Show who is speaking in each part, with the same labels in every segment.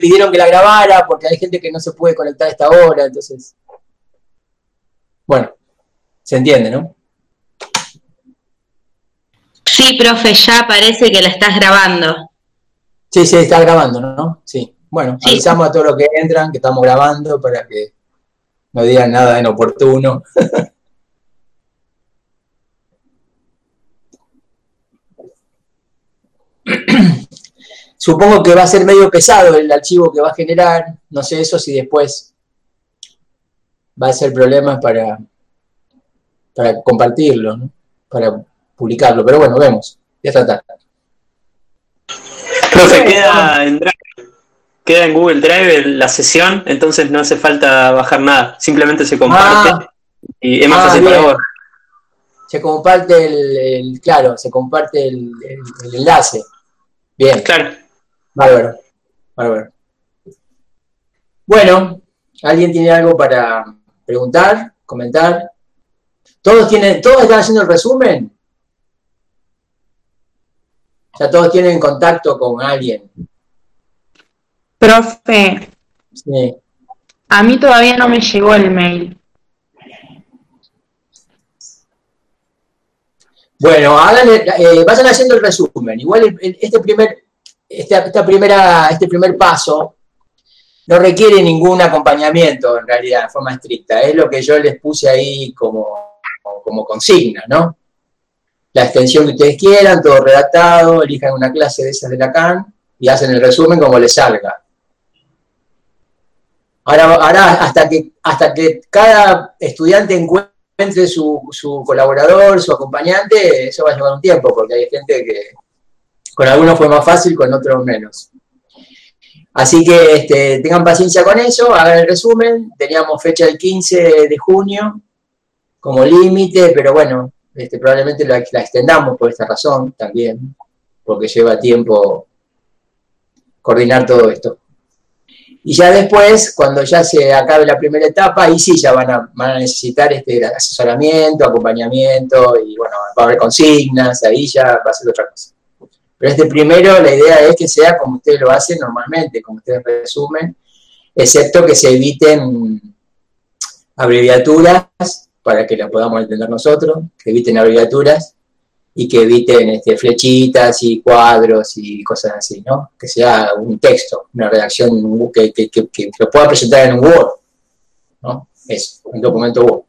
Speaker 1: pidieron que la grabara porque hay gente que no se puede conectar a esta hora, entonces... Bueno, se entiende, ¿no?
Speaker 2: Sí, profe, ya parece que la estás grabando.
Speaker 1: Sí, está grabando, ¿no? Sí. Bueno,
Speaker 2: Sí.
Speaker 1: avisamos a todos los que entran que estamos grabando para que no digan nada inoportuno. Supongo que va a ser medio pesado el archivo que va a generar. No sé eso si después va a ser problemas para compartirlo, ¿no? Para publicarlo. Pero bueno, vemos. Ya está.
Speaker 3: Profe, queda en Google Drive la sesión, entonces no hace falta bajar nada. Simplemente se comparte y es más fácil para vos.
Speaker 1: Se comparte claro, se comparte el enlace. Bien.
Speaker 3: Claro.
Speaker 1: Bárbaro. Bueno, ¿alguien tiene algo para preguntar, comentar? ¿Todos están haciendo el resumen? ¿Ya todos tienen contacto con alguien?
Speaker 4: Profe,
Speaker 1: Sí.
Speaker 4: A mí todavía no me llegó el mail.
Speaker 1: Bueno, vayan haciendo el resumen. Igual este primer paso no requiere ningún acompañamiento, en realidad, de forma estricta. Es lo que yo les puse ahí como consigna, ¿no? La extensión que ustedes quieran, todo redactado, elijan una clase de esas de Lacan y hacen el resumen como les salga. Ahora hasta que cada estudiante encuentre su colaborador, su acompañante, eso va a llevar un tiempo, porque hay gente que con algunos fue más fácil, con otros menos. Así que tengan paciencia con eso, hagan el resumen. Teníamos fecha el 15 de junio como límite, pero bueno, probablemente la extendamos por esta razón también, porque lleva tiempo coordinar todo esto. Y ya después, cuando ya se acabe la primera etapa, ahí sí ya van a necesitar asesoramiento, acompañamiento, y bueno, va a haber consignas, ahí ya va a ser otra cosa. Pero primero, la idea es que sea como ustedes lo hacen normalmente, como ustedes resumen, excepto que se eviten abreviaturas, para que las podamos entender nosotros, que eviten abreviaturas, y que eviten flechitas y cuadros y cosas así, ¿no? Que sea un texto, una redacción que lo pueda presentar en un Word, ¿no? Es un documento Word.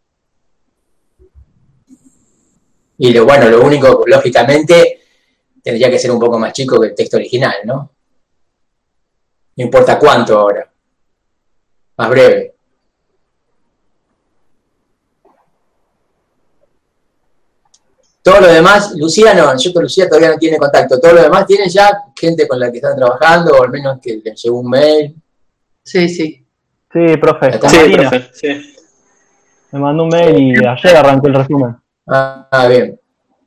Speaker 1: Y lo único, lógicamente, tendría que ser un poco más chico que el texto original, ¿no? No importa cuánto ahora. Más breve. Todo lo demás, Lucía todavía no tiene contacto. Todo lo demás tiene ya gente con la que están trabajando, o al menos que les llegó un mail.
Speaker 5: Sí.
Speaker 6: Sí, profe.
Speaker 3: Sí, profe. Sí.
Speaker 6: Me mandó un mail y ayer arranqué el resumen.
Speaker 1: Bien.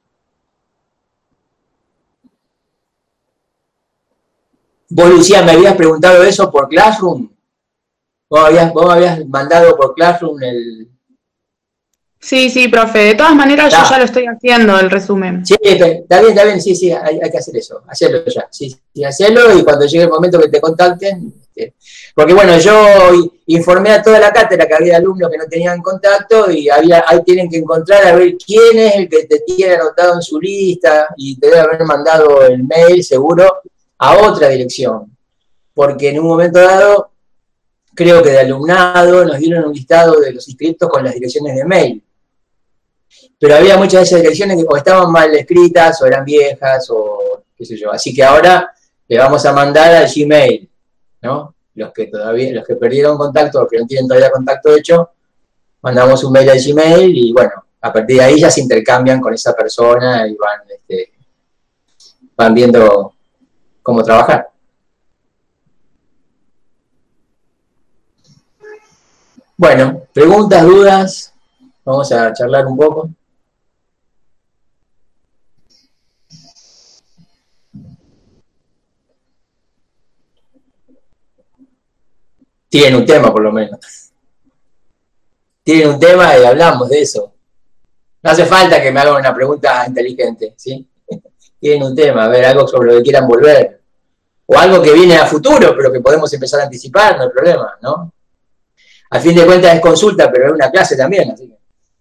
Speaker 1: Vos, Lucía, me habías preguntado eso por Classroom. Vos habías mandado por Classroom el...
Speaker 4: Sí, profe. De todas maneras, yo ya lo estoy haciendo, el resumen.
Speaker 1: Sí, está bien, sí, hay que hacer eso, hacerlo ya. Sí, hacerlo, y cuando llegue el momento que te contacten, porque bueno, yo informé a toda la cátedra que había alumnos que no tenían contacto, y ahí tienen que encontrar a ver quién es el que te tiene anotado en su lista, y te debe haber mandado el mail seguro a otra dirección, porque en un momento dado, creo que de alumnado nos dieron un listado de los inscriptos con las direcciones de mail. Pero había muchas de esas direcciones que o estaban mal escritas, o eran viejas, o qué sé yo. Así que ahora le vamos a mandar al Gmail, ¿no? Los que perdieron contacto, los que no tienen todavía contacto hecho, mandamos un mail al Gmail, y bueno, a partir de ahí ya se intercambian con esa persona y van viendo cómo trabajar. Bueno, preguntas, dudas, vamos a charlar un poco. Tienen un tema, por lo menos. Tienen un tema y hablamos de eso. No hace falta que me hagan una pregunta inteligente, ¿sí? Tienen un tema, a ver, algo sobre lo que quieran volver. o algo que viene a futuro, pero que podemos empezar a anticipar, no hay problema, ¿no? A fin de cuentas es consulta, pero es una clase también, así que.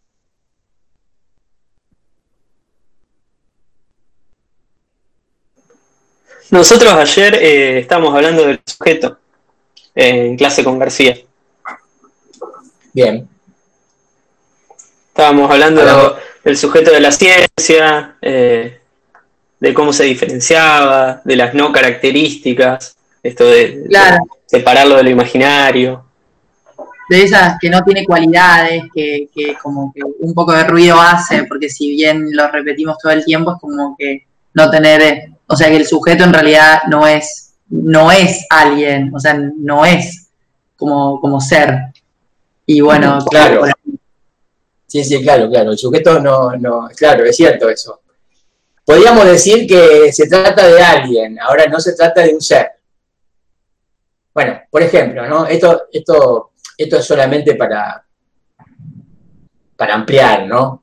Speaker 3: Nosotros ayer estábamos hablando del sujeto en clase con García.
Speaker 1: Bien.
Speaker 3: Estábamos hablando del sujeto de la ciencia, de cómo se diferenciaba, de las no características, esto de separarlo de lo imaginario.
Speaker 5: De esas que no tiene cualidades, que como que un poco de ruido hace, porque si bien lo repetimos todo el tiempo, es como que no tener, o sea que el sujeto en realidad no es alguien, o sea, no es como ser. Y bueno,
Speaker 1: claro. Sí, claro, el sujeto no, claro, es cierto eso. Podríamos decir que se trata de alguien, ahora no se trata de un ser. Bueno, por ejemplo, ¿no? Esto es solamente para ampliar, ¿no?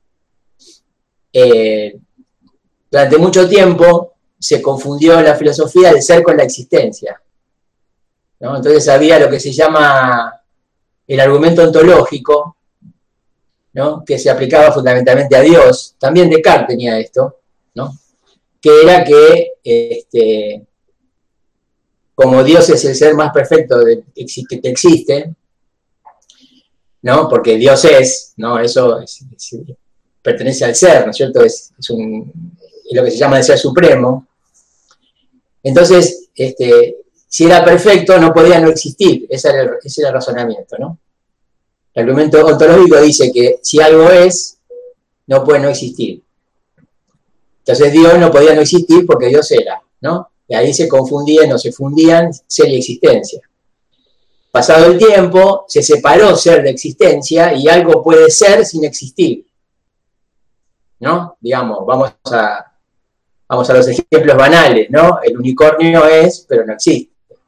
Speaker 1: Durante mucho tiempo se confundió la filosofía del ser con la existencia, ¿no? Entonces había lo que se llama el argumento ontológico, ¿no? Que se aplicaba fundamentalmente a Dios. También Descartes tenía esto, ¿no? Que era que como Dios es el ser más perfecto que existe, ¿no? Porque Dios es, ¿no? Eso pertenece al ser, ¿no es cierto? Es lo que se llama el ser supremo. Entonces, si era perfecto, no podía no existir. Ese era el razonamiento, ¿no? El argumento ontológico dice que si algo es, no puede no existir. Entonces Dios no podía no existir porque Dios era, ¿no? Y ahí se confundían o se fundían ser y existencia. Pasado el tiempo, se separó ser de existencia y algo puede ser sin existir, ¿no? Digamos, vamos a los ejemplos banales, ¿no? El unicornio es, pero no existe.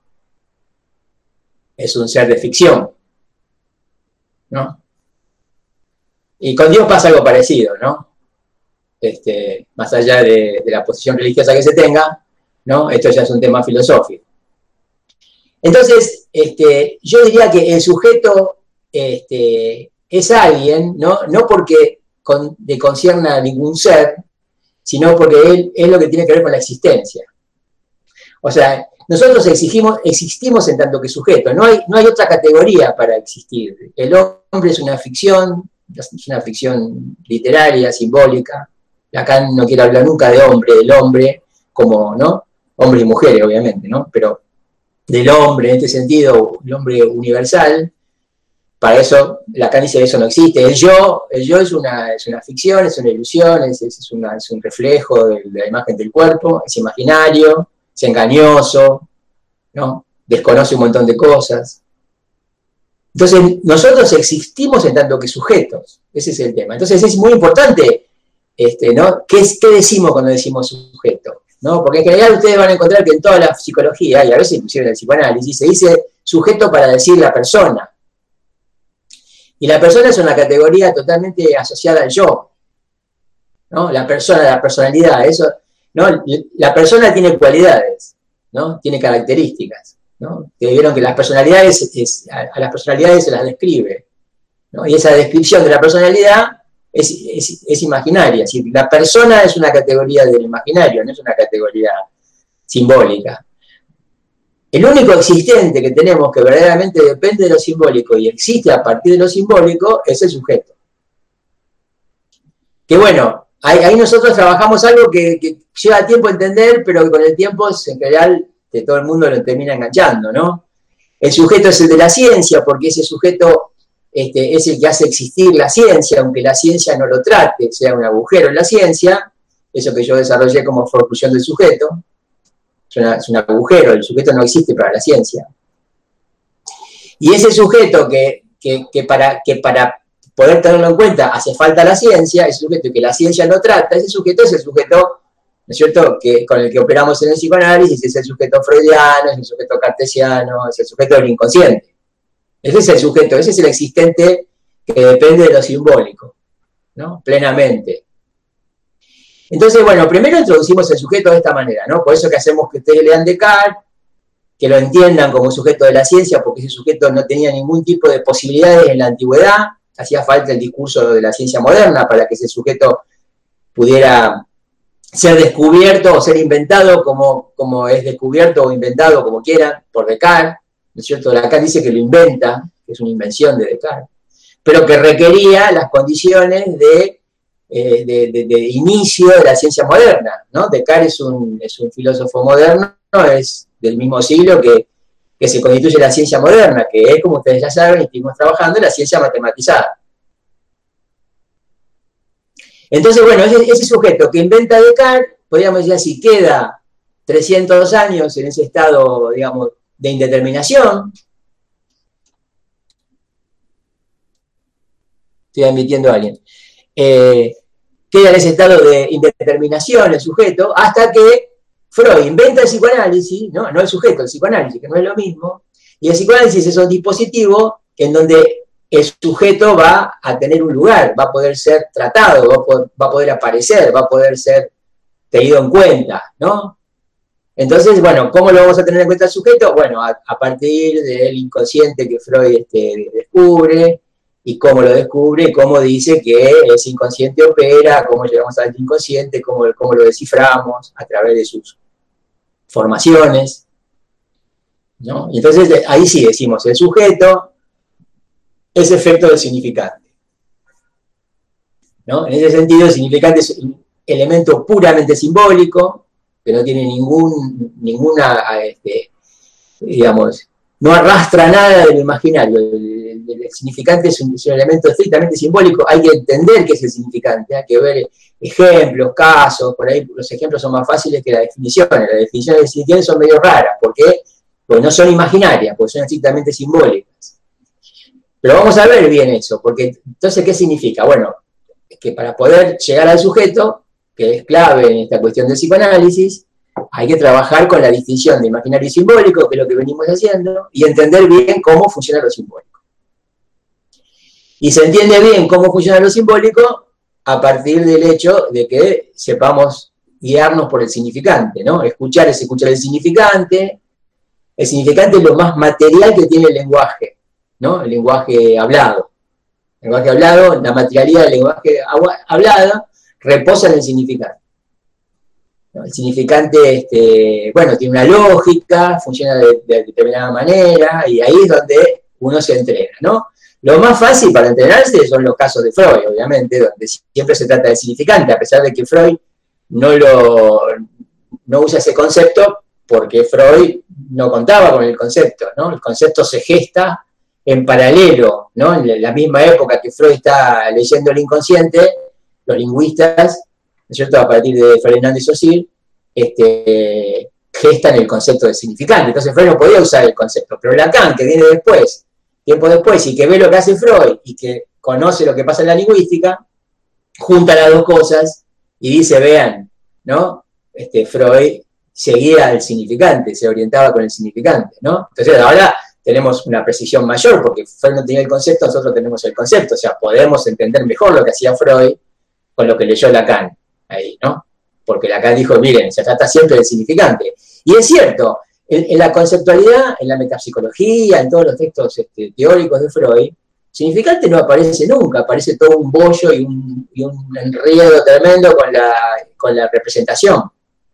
Speaker 1: Es un ser de ficción, ¿no? Y con Dios pasa algo parecido, ¿no? Más allá de la posición religiosa que se tenga, ¿no? Esto ya es un tema filosófico. Entonces, yo diría que el sujeto es alguien, no porque le concierna a ningún ser, sino porque él es lo que tiene que ver con la existencia. O sea, nosotros existimos en tanto que sujeto, no hay otra categoría para existir. El hombre es una ficción literaria, simbólica. Lacan no quiere hablar nunca del hombre como, ¿no? Hombres y mujeres, obviamente, ¿no? Pero del hombre, en este sentido, el hombre universal, para eso Lacan dice que eso no existe. El yo es una ficción, es una ilusión, es un reflejo de la imagen del cuerpo, es imaginario, es engañoso, ¿no? Desconoce un montón de cosas. Entonces, nosotros existimos en tanto que sujetos, ese es el tema. Entonces es muy importante, ¿no? ¿Qué decimos cuando decimos sujeto? ¿No? Porque en general ustedes van a encontrar que en toda la psicología, y a veces inclusive en el psicoanálisis, se dice sujeto para decir la persona. Y la persona es una categoría totalmente asociada al yo, ¿no? La persona, la personalidad, eso, ¿no? La persona tiene cualidades, ¿no? Tiene características, ¿no? Que vieron que las personalidades, a las personalidades se las describe, ¿no? Y esa descripción de la personalidad es imaginaria. Es decir, la persona es una categoría del imaginario, no es una categoría simbólica. El único existente que tenemos que verdaderamente depende de lo simbólico y existe a partir de lo simbólico es el sujeto. Que bueno, ahí nosotros trabajamos algo que lleva tiempo a entender, pero que con el tiempo en general todo el mundo lo termina enganchando, ¿no? El sujeto es el de la ciencia, porque ese sujeto es el que hace existir la ciencia, aunque la ciencia no lo trate, sea un agujero en la ciencia, eso que yo desarrollé como formación del sujeto, es un agujero, el sujeto no existe para la ciencia. Y ese sujeto que para poder tenerlo en cuenta hace falta la ciencia, ese sujeto que la ciencia no trata, ese sujeto es el sujeto, ¿no es cierto?, con el que operamos en el psicoanálisis, es el sujeto freudiano, es el sujeto cartesiano, es el sujeto del inconsciente. Ese es el sujeto, ese es el existente que depende de lo simbólico, ¿no? Plenamente. Entonces, bueno, primero introducimos el sujeto de esta manera, ¿no? Por eso que hacemos que ustedes lean Descartes, que lo entiendan como sujeto de la ciencia, porque ese sujeto no tenía ningún tipo de posibilidades en la antigüedad, hacía falta el discurso de la ciencia moderna para que ese sujeto pudiera ser descubierto o ser inventado como es descubierto o inventado, como quieran, por Descartes, ¿no es cierto? Lacan dice que lo inventa, que es una invención de Descartes, pero que requería las condiciones de inicio de la ciencia moderna, ¿no? Descartes es un filósofo moderno, es del mismo siglo que se constituye la ciencia moderna, que es, como ustedes ya saben, y estuvimos trabajando, la ciencia matematizada. Entonces, bueno, ese sujeto que inventa Descartes, podríamos decir así, queda 300 años en ese estado, digamos, de indeterminación. Estoy admitiendo a alguien. Queda en ese estado de indeterminación el sujeto, hasta que Freud inventa el psicoanálisis, no el sujeto, el psicoanálisis, que no es lo mismo, y el psicoanálisis es un dispositivo en donde el sujeto va a tener un lugar, va a poder ser tratado, va a poder aparecer, va a poder ser tenido en cuenta, ¿no? Entonces, bueno, ¿cómo lo vamos a tener en cuenta el sujeto? Bueno, a partir del inconsciente que Freud descubre, y cómo lo descubre, cómo dice que ese inconsciente opera, cómo llegamos al inconsciente, cómo lo desciframos a través de sus formaciones, ¿no? Y entonces ahí sí decimos, el sujeto es efecto del significante, ¿no? En ese sentido, el significante es un elemento puramente simbólico, que no tiene ninguna, digamos, no arrastra nada del imaginario. El significante es un elemento estrictamente simbólico, hay que entender qué es el significante, hay que ver ejemplos, casos, por ahí los ejemplos son más fáciles que las definiciones del significante son medio raras, ¿por qué? Porque no son imaginarias, porque son estrictamente simbólicas. Pero vamos a ver bien eso, porque entonces, ¿qué significa? Bueno, es que para poder llegar al sujeto, que es clave en esta cuestión del psicoanálisis, hay que trabajar con la distinción de imaginario y simbólico, que es lo que venimos haciendo, y entender bien cómo funciona lo simbólico. Y se entiende bien cómo funciona lo simbólico a partir del hecho de que sepamos guiarnos por el significante, ¿no? Escuchar es escuchar el significante. El significante es lo más material que tiene el lenguaje, ¿no? El lenguaje hablado. El lenguaje hablado, la materialidad del lenguaje hablado reposa en el significante. ¿No? El significante, bueno, tiene una lógica, funciona de determinada manera, y ahí es donde uno se entrena, ¿no? Lo más fácil para entrenarse son los casos de Freud, obviamente, donde siempre se trata del significante, a pesar de que Freud no usa ese concepto, porque Freud no contaba con el concepto, ¿no? El concepto se gesta en paralelo, ¿no? En la misma época que Freud está leyendo el inconsciente, los lingüistas, ¿no es cierto?, a partir de Ferdinand de Saussure, gestan el concepto de significante. Entonces Freud no podía usar el concepto, pero Lacan, que viene después, tiempo después, y que ve lo que hace Freud, y que conoce lo que pasa en la lingüística, junta las dos cosas, y dice, vean, ¿no? Freud seguía el significante, se orientaba con el significante, ¿no? Entonces ahora tenemos una precisión mayor, porque Freud no tenía el concepto, nosotros tenemos el concepto, o sea, podemos entender mejor lo que hacía Freud con lo que leyó Lacan, ahí, ¿no? Porque Lacan dijo, miren, se trata siempre del significante. Y es cierto, en la conceptualidad, en la metapsicología, en todos los textos teóricos de Freud, significante no aparece nunca, aparece todo un bollo y un enredo tremendo con la representación.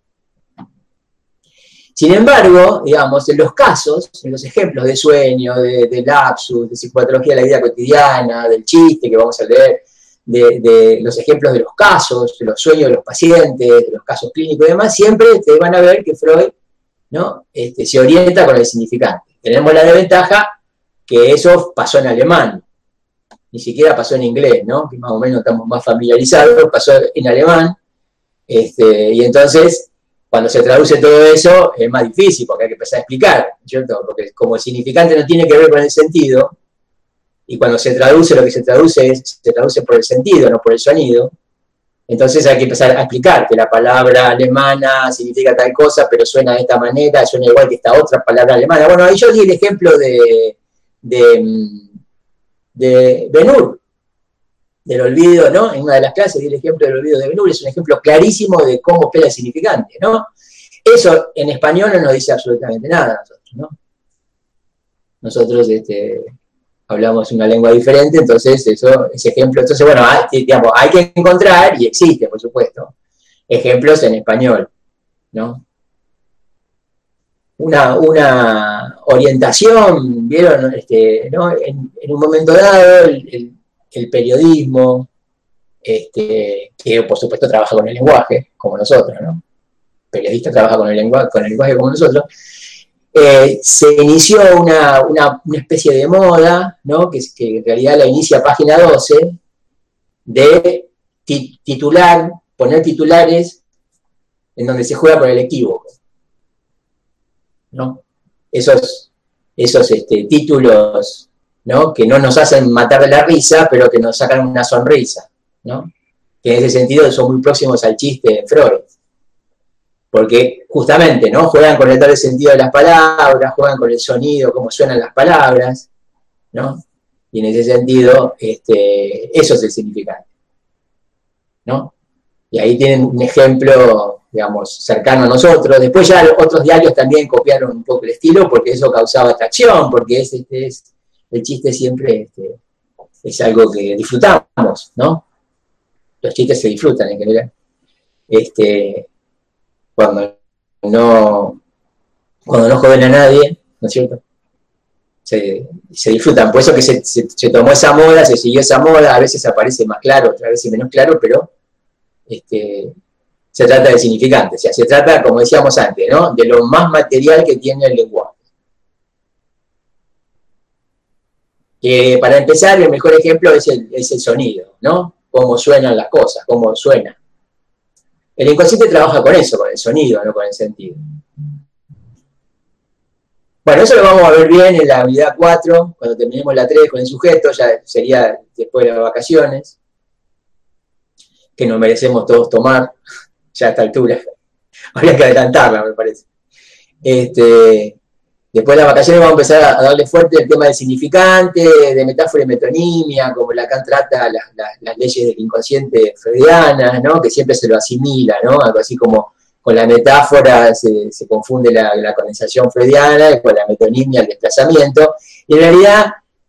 Speaker 1: Sin embargo, digamos, en los casos, en los ejemplos de sueño, de lapsus, de psicopatología de la vida cotidiana, del chiste que vamos a leer, de los ejemplos de los casos, de los sueños de los pacientes, de los casos clínicos y demás, siempre van a ver que Freud, ¿no? Se orienta con el significante. Tenemos la desventaja que eso pasó en alemán, ni siquiera pasó en inglés, ¿no? Que más o menos estamos más familiarizados, pasó en alemán, y entonces, cuando se traduce todo eso, es más difícil, porque hay que empezar a explicar, ¿cierto? Porque como el significante no tiene que ver con el sentido, y cuando se traduce, lo que se traduce por el sentido, no por el sonido. Entonces hay que empezar a explicar que la palabra alemana significa tal cosa, pero suena de esta manera, suena igual que esta otra palabra alemana. Bueno, ahí yo di el ejemplo de Ben-Hur. del olvido, ¿no? En una de las clases di el ejemplo del olvido de Ben-Hur, es un ejemplo clarísimo de cómo opera el significante, ¿no? Eso en español no nos dice absolutamente nada a nosotros, ¿no? Nosotros hablamos una lengua diferente, entonces ese ejemplo, entonces bueno, digamos, hay que encontrar, y existe, por supuesto, ejemplos en español, ¿no? Una orientación, ¿vieron? ¿No? En un momento dado, el periodismo, que por supuesto trabaja con el lenguaje, como nosotros, ¿no? El periodista trabaja con el lenguaje como nosotros. Se inició una especie de moda, ¿no? que en realidad la inicia Página 12, de poner titulares en donde se juega con el equívoco, ¿no? Esos títulos, ¿no? Que no nos hacen matar de la risa, pero que nos sacan una sonrisa, ¿no? Que en ese sentido son muy próximos al chiste de Freud. Porque justamente, ¿no? Juegan con el doble sentido de las palabras, juegan con el sonido, cómo suenan las palabras, ¿no? Y en ese sentido, eso es el significante, ¿no? Y ahí tienen un ejemplo, digamos, cercano a nosotros. Después ya otros diarios también copiaron un poco el estilo, porque eso causaba atracción, porque el chiste siempre es algo que disfrutamos, ¿no? Los chistes se disfrutan en general. Cuando no joden a nadie, ¿no es cierto? Se disfrutan. Por eso que se tomó esa moda, se siguió esa moda, a veces aparece más claro, otras veces menos claro, pero se trata de significante. O sea, se trata, como decíamos antes, ¿no? De lo más material que tiene el lenguaje. Para empezar, el mejor ejemplo es el sonido, ¿no? Cómo suenan las cosas, cómo suena. El inconsciente trabaja con eso, con el sonido, no con el sentido. Bueno, eso lo vamos a ver bien en la unidad 4, cuando terminemos la 3 con el sujeto, ya sería después de las vacaciones, que nos merecemos todos tomar, ya a esta altura. Habría que adelantarla, me parece. Después de las vacaciones vamos a empezar a darle fuerte el tema del significante, de metáfora y metonimia, como Lacan trata las leyes del inconsciente freudianas, ¿no? Que siempre se lo asimila, ¿no? Algo así como con la metáfora se confunde la condensación freudiana, y con la metonimia el desplazamiento. Y en realidad,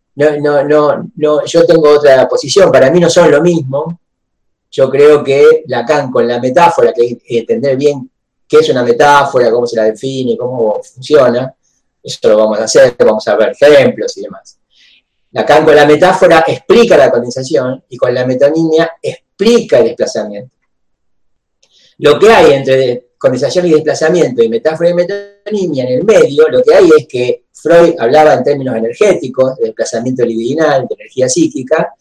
Speaker 1: yo tengo otra posición, para mí no son lo mismo. Yo creo que Lacan con la metáfora, que hay que entender bien qué es una metáfora, cómo se la define, cómo funciona, eso lo vamos a hacer, vamos a ver ejemplos y demás. Lacan con la metáfora explica la condensación y con la metonimia explica el desplazamiento. Lo que hay entre condensación y desplazamiento y metáfora y metonimia en el medio, lo que hay es que Freud hablaba en términos energéticos, de desplazamiento libidinal, de energía psíquica,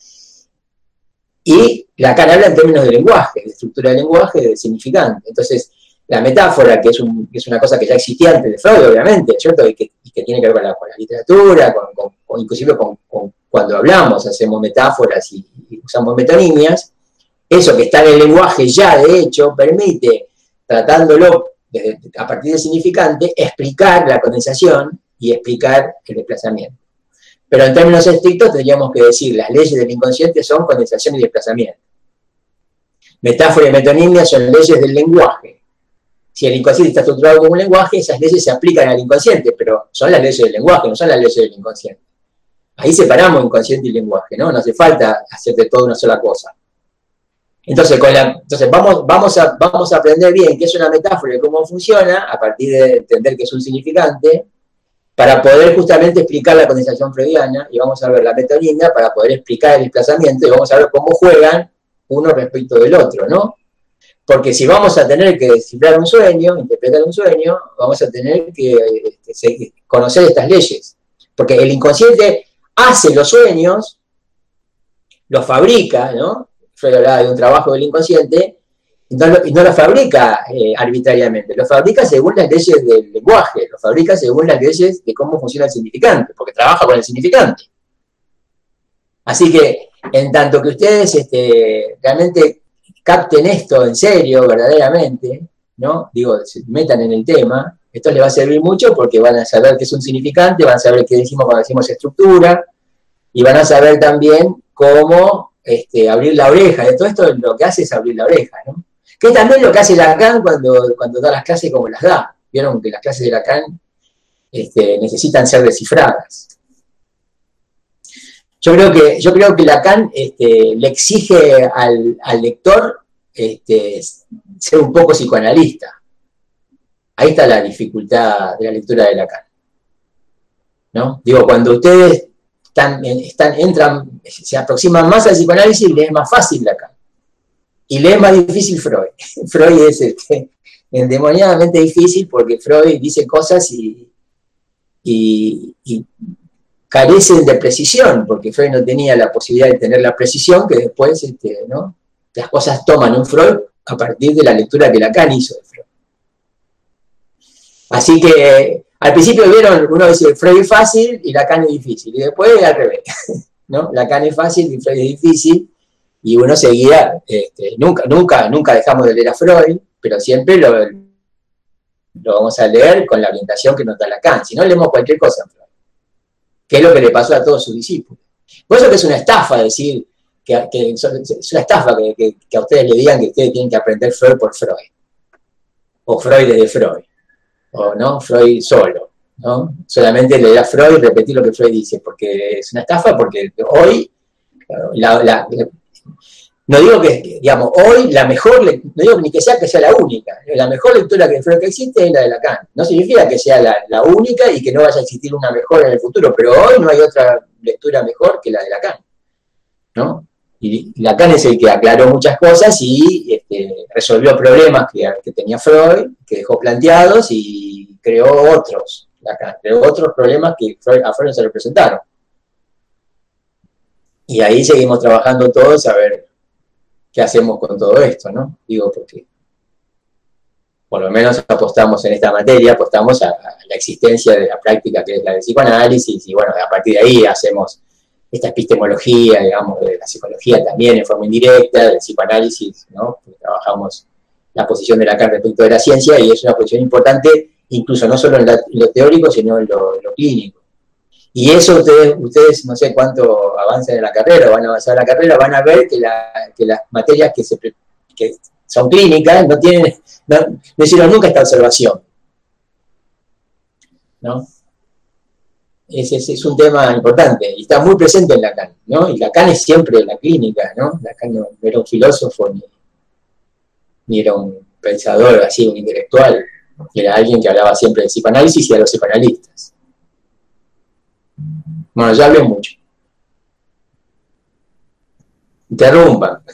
Speaker 1: y Lacan habla en términos de lenguaje, de estructura del lenguaje, de significante. Entonces, la metáfora, que es una cosa que ya existía antes de Freud, obviamente, ¿cierto? Y que tiene que ver con la literatura, inclusive con cuando hablamos, hacemos metáforas y usamos metonimias. Eso que está en el lenguaje ya, de hecho, permite, tratándolo a partir del significante, explicar la condensación y explicar el desplazamiento. Pero en términos estrictos tendríamos que decir, las leyes del inconsciente son condensación y desplazamiento. Metáfora y metonimia son leyes del lenguaje. Si el inconsciente está estructurado como un lenguaje, esas leyes se aplican al inconsciente, pero son las leyes del lenguaje, no son las leyes del inconsciente. Ahí separamos inconsciente y lenguaje, ¿no? No hace falta hacer de todo una sola cosa. Entonces vamos a aprender bien qué es una metáfora y cómo funciona, a partir de entender que es un significante, para poder justamente explicar la condensación freudiana, y vamos a ver la metonimia para poder explicar el desplazamiento, y vamos a ver cómo juegan uno respecto del otro, ¿no? Porque si vamos a tener que descifrar un sueño, interpretar un sueño, vamos a tener que conocer estas leyes. Porque el inconsciente hace los sueños, los fabrica, ¿no? Freud hablaba de un trabajo del inconsciente, y no lo fabrica arbitrariamente, lo fabrica según las leyes del lenguaje, lo fabrica según las leyes de cómo funciona el significante, porque trabaja con el significante. Así que, en tanto que ustedes realmente capten esto en serio, verdaderamente, ¿no? Digo, se metan en el tema, esto les va a servir mucho porque van a saber qué es un significante, van a saber qué decimos cuando decimos estructura, y van a saber también cómo abrir la oreja, de todo esto lo que hace es abrir la oreja, ¿no? Que es también lo que hace Lacan cuando da las clases como las da. Vieron que las clases de Lacan necesitan ser descifradas. Yo creo que Lacan le exige al lector ser un poco psicoanalista. Ahí está la dificultad de la lectura de Lacan, ¿no? Digo, cuando ustedes se aproximan más al psicoanálisis, les es más fácil Lacan. Y le es más difícil Freud. Freud es endemoniadamente difícil porque Freud dice cosas y carecen de precisión, porque Freud no tenía la posibilidad de tener la precisión que después, ¿no? Las cosas toman un Freud a partir de la lectura que Lacan hizo de Freud. Así que al principio vieron, uno dice Freud es fácil y Lacan es difícil, y después al revés, ¿no? Lacan es fácil y Freud es difícil, y uno seguía, nunca dejamos de leer a Freud, pero siempre lo vamos a leer con la orientación que nos da Lacan, si no leemos cualquier cosa en Freud, que es lo que le pasó a todos sus discípulos. Por eso que es una estafa decir, es una estafa que a ustedes le digan que ustedes tienen que aprender Freud por Freud, o Freud desde Freud, o no, Freud solo, ¿no? Solamente leer a Freud y repetir lo que Freud dice, porque es una estafa, porque hoy, no digo que, digamos, hoy la mejor, no digo ni que sea la única, la mejor lectura que Freud que existe es la de Lacan. No significa que sea la única y que no vaya a existir una mejor en el futuro, pero hoy no hay otra lectura mejor que la de Lacan, ¿no? Y Lacan es el que aclaró muchas cosas y resolvió problemas que tenía Freud, que dejó planteados y creó otros. Lacan creó otros problemas que a Freud no se le presentaron. Y ahí seguimos trabajando todos a ver qué hacemos con todo esto, ¿no? Digo, porque por lo menos apostamos en esta materia, apostamos a la existencia de la práctica que es la del psicoanálisis, y bueno, a partir de ahí hacemos esta epistemología, digamos, de la psicología también en forma indirecta, del psicoanálisis, ¿no? Porque trabajamos la posición de Lacan respecto de la ciencia, y es una posición importante, incluso no solo en lo teórico, sino en lo clínico. Y eso ustedes no sé cuánto avanzan en la carrera, van a avanzar en la carrera, van a ver que las materias que son clínicas no hicieron nunca esta observación, ¿no? Es un tema importante y está muy presente en Lacan, ¿no? Y Lacan es siempre la clínica, ¿no? Lacan no era un filósofo ni era un pensador así, un intelectual, era alguien que hablaba siempre de psicoanálisis y de los psicoanalistas. Bueno, ya hablé mucho. Interrumpan.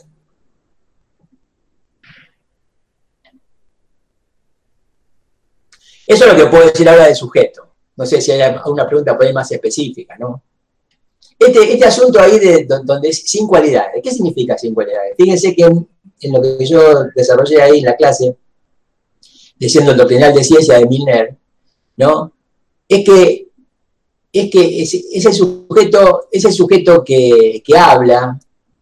Speaker 1: Eso es lo que puedo decir ahora del sujeto. No sé si hay alguna pregunta por ahí más específica, ¿no? Este asunto ahí donde es sin cualidades. ¿Qué significa sin cualidades? Fíjense que en lo que yo desarrollé ahí en la clase, diciendo el doctrinal de ciencia de Milner, ¿no? Es que ese sujeto que habla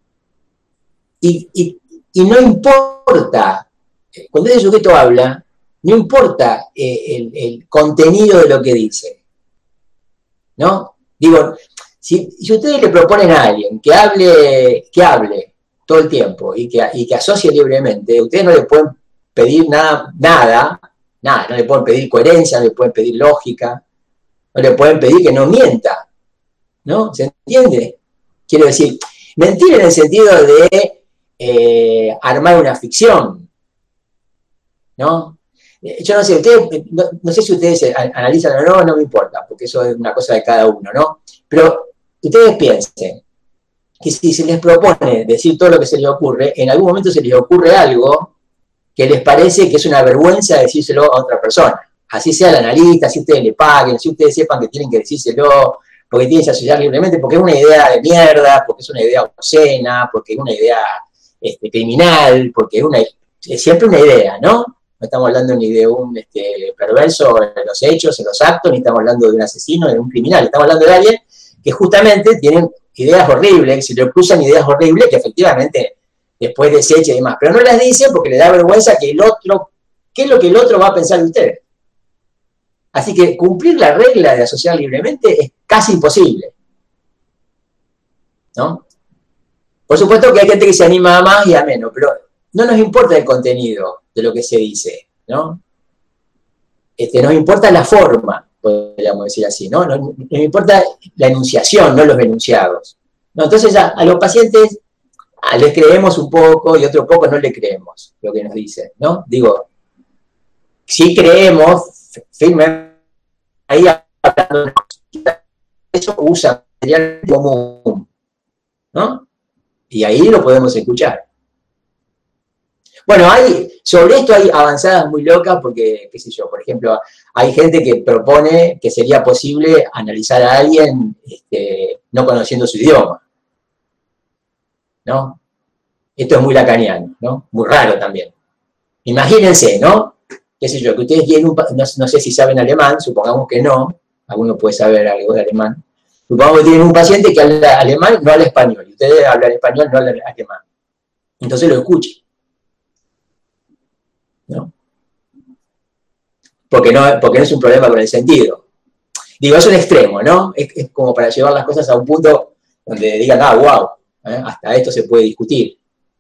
Speaker 1: y no importa, cuando ese sujeto habla, no importa el contenido de lo que dice, ¿no? Digo, si ustedes le proponen a alguien que hable todo el tiempo y que asocie libremente, ustedes no le pueden pedir nada, no le pueden pedir coherencia, no le pueden pedir lógica, no le pueden pedir que no mienta, ¿no? ¿Se entiende? Quiero decir, mentir en el sentido de armar una ficción, ¿no? Yo no sé, no sé si ustedes analizan o no me importa, porque eso es una cosa de cada uno, ¿no? Pero ustedes piensen que si se les propone decir todo lo que se les ocurre, en algún momento se les ocurre algo que les parece que es una vergüenza decírselo a otra persona. Así sea el analista, si ustedes le paguen, si ustedes sepan que tienen que decírselo, porque tienen que asociar libremente, porque es una idea de mierda, porque es una idea obscena, porque es una idea criminal, porque es siempre una idea, ¿no? No estamos hablando ni de un perverso en los hechos, en los actos, ni estamos hablando de un asesino, de un criminal, estamos hablando de alguien que justamente tiene ideas horribles, se le cruzan ideas horribles que efectivamente después desecha y demás, pero no las dice porque le da vergüenza que el otro, ¿qué es lo que el otro va a pensar de ustedes? Así que cumplir la regla de asociar libremente es casi imposible, ¿no? Por supuesto que hay gente que se anima a más y a menos, pero no nos importa el contenido de lo que se dice, ¿no? Nos importa la forma, podríamos decir así, ¿no? Nos importa la enunciación, no los enunciados, ¿no? Entonces a los pacientes les creemos un poco y otro poco no le creemos lo que nos dicen, ¿no? Digo, sí creemos firmemente, ahí hablando, eso usa material común, ¿no? Y ahí lo podemos escuchar. Bueno, sobre esto hay avanzadas muy locas porque, qué sé yo, por ejemplo, hay gente que propone que sería posible analizar a alguien no conociendo su idioma, ¿no? Esto es muy lacaniano, ¿no? Muy raro también. Imagínense, ¿no? Qué sé yo, que ustedes tienen no sé si saben alemán, supongamos que no, alguno puede saber algo de alemán. Supongamos que tienen un paciente que habla alemán, no habla español, y ustedes hablan español, no hablan alemán. Entonces lo escuchan, ¿no? Porque no es un problema con el sentido. Digo, es un extremo, ¿no? Es como para llevar las cosas a un punto donde digan, wow, hasta esto se puede discutir.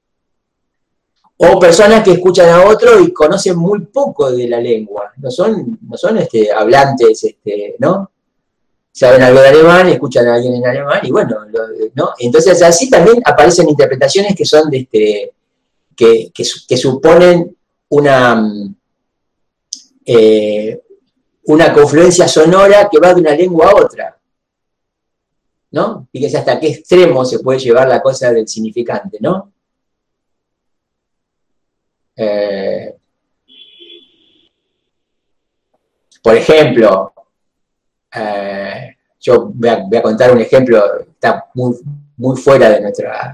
Speaker 1: O personas que escuchan a otro y conocen muy poco de la lengua, no son hablantes, ¿no? Saben algo de alemán, escuchan a alguien en alemán y bueno, ¿no? Entonces así también aparecen interpretaciones que son que suponen una confluencia sonora que va de una lengua a otra, ¿no? Fíjense hasta qué extremo se puede llevar la cosa del significante, ¿no? Por ejemplo, yo voy a contar un ejemplo, está muy, muy fuera de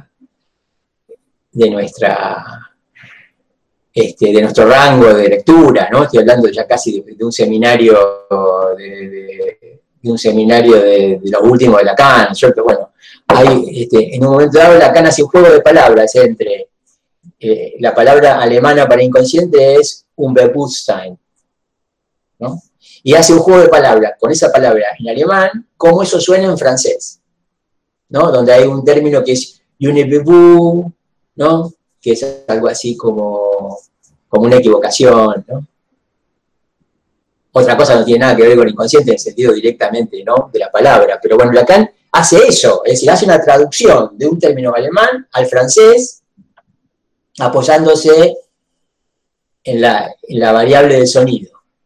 Speaker 1: nuestro rango de lectura, ¿no? Estoy hablando ya casi de un seminario de los últimos de Lacan, ¿cierto? Bueno, en un momento dado Lacan hace un juego de palabras entre la palabra alemana para inconsciente es Unbewusstsein, ¿no? Y hace un juego de palabras con esa palabra en alemán, como eso suena en francés, ¿no? Donde hay un término que es Unbewusst, ¿no? Que es algo así como una equivocación, ¿no? Otra cosa no tiene nada que ver con inconsciente en el sentido directamente, ¿no? De la palabra, pero bueno, Lacan hace eso, es decir, hace una traducción de un término alemán al francés, apoyándose en la variable del sonido,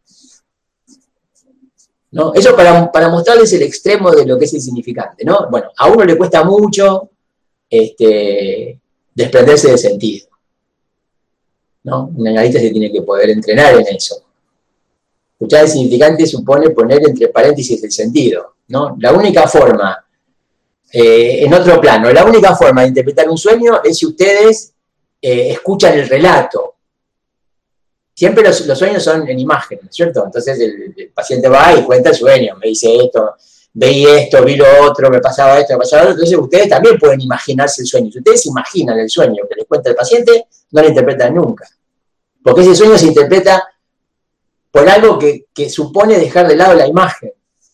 Speaker 1: ¿no? Eso para mostrarles el extremo de lo que es el significante, ¿no? Bueno, a uno le cuesta mucho desprenderse de sentido, ¿no? Un analista se tiene que poder entrenar en eso. Escuchar el significante supone poner entre paréntesis el sentido, ¿no? La única forma, en otro plano, la única forma de interpretar un sueño es si ustedes escuchan el relato. Siempre los sueños son en imágenes, ¿cierto? Entonces el paciente va y cuenta el sueño, me dice esto, vi esto, vi lo otro, me pasaba esto, me pasaba lo otro. Entonces ustedes también pueden imaginarse el sueño. Si ustedes imaginan el sueño que les cuenta el paciente, no lo interpretan nunca. Porque ese sueño se interpreta por algo que supone dejar de lado la imagen,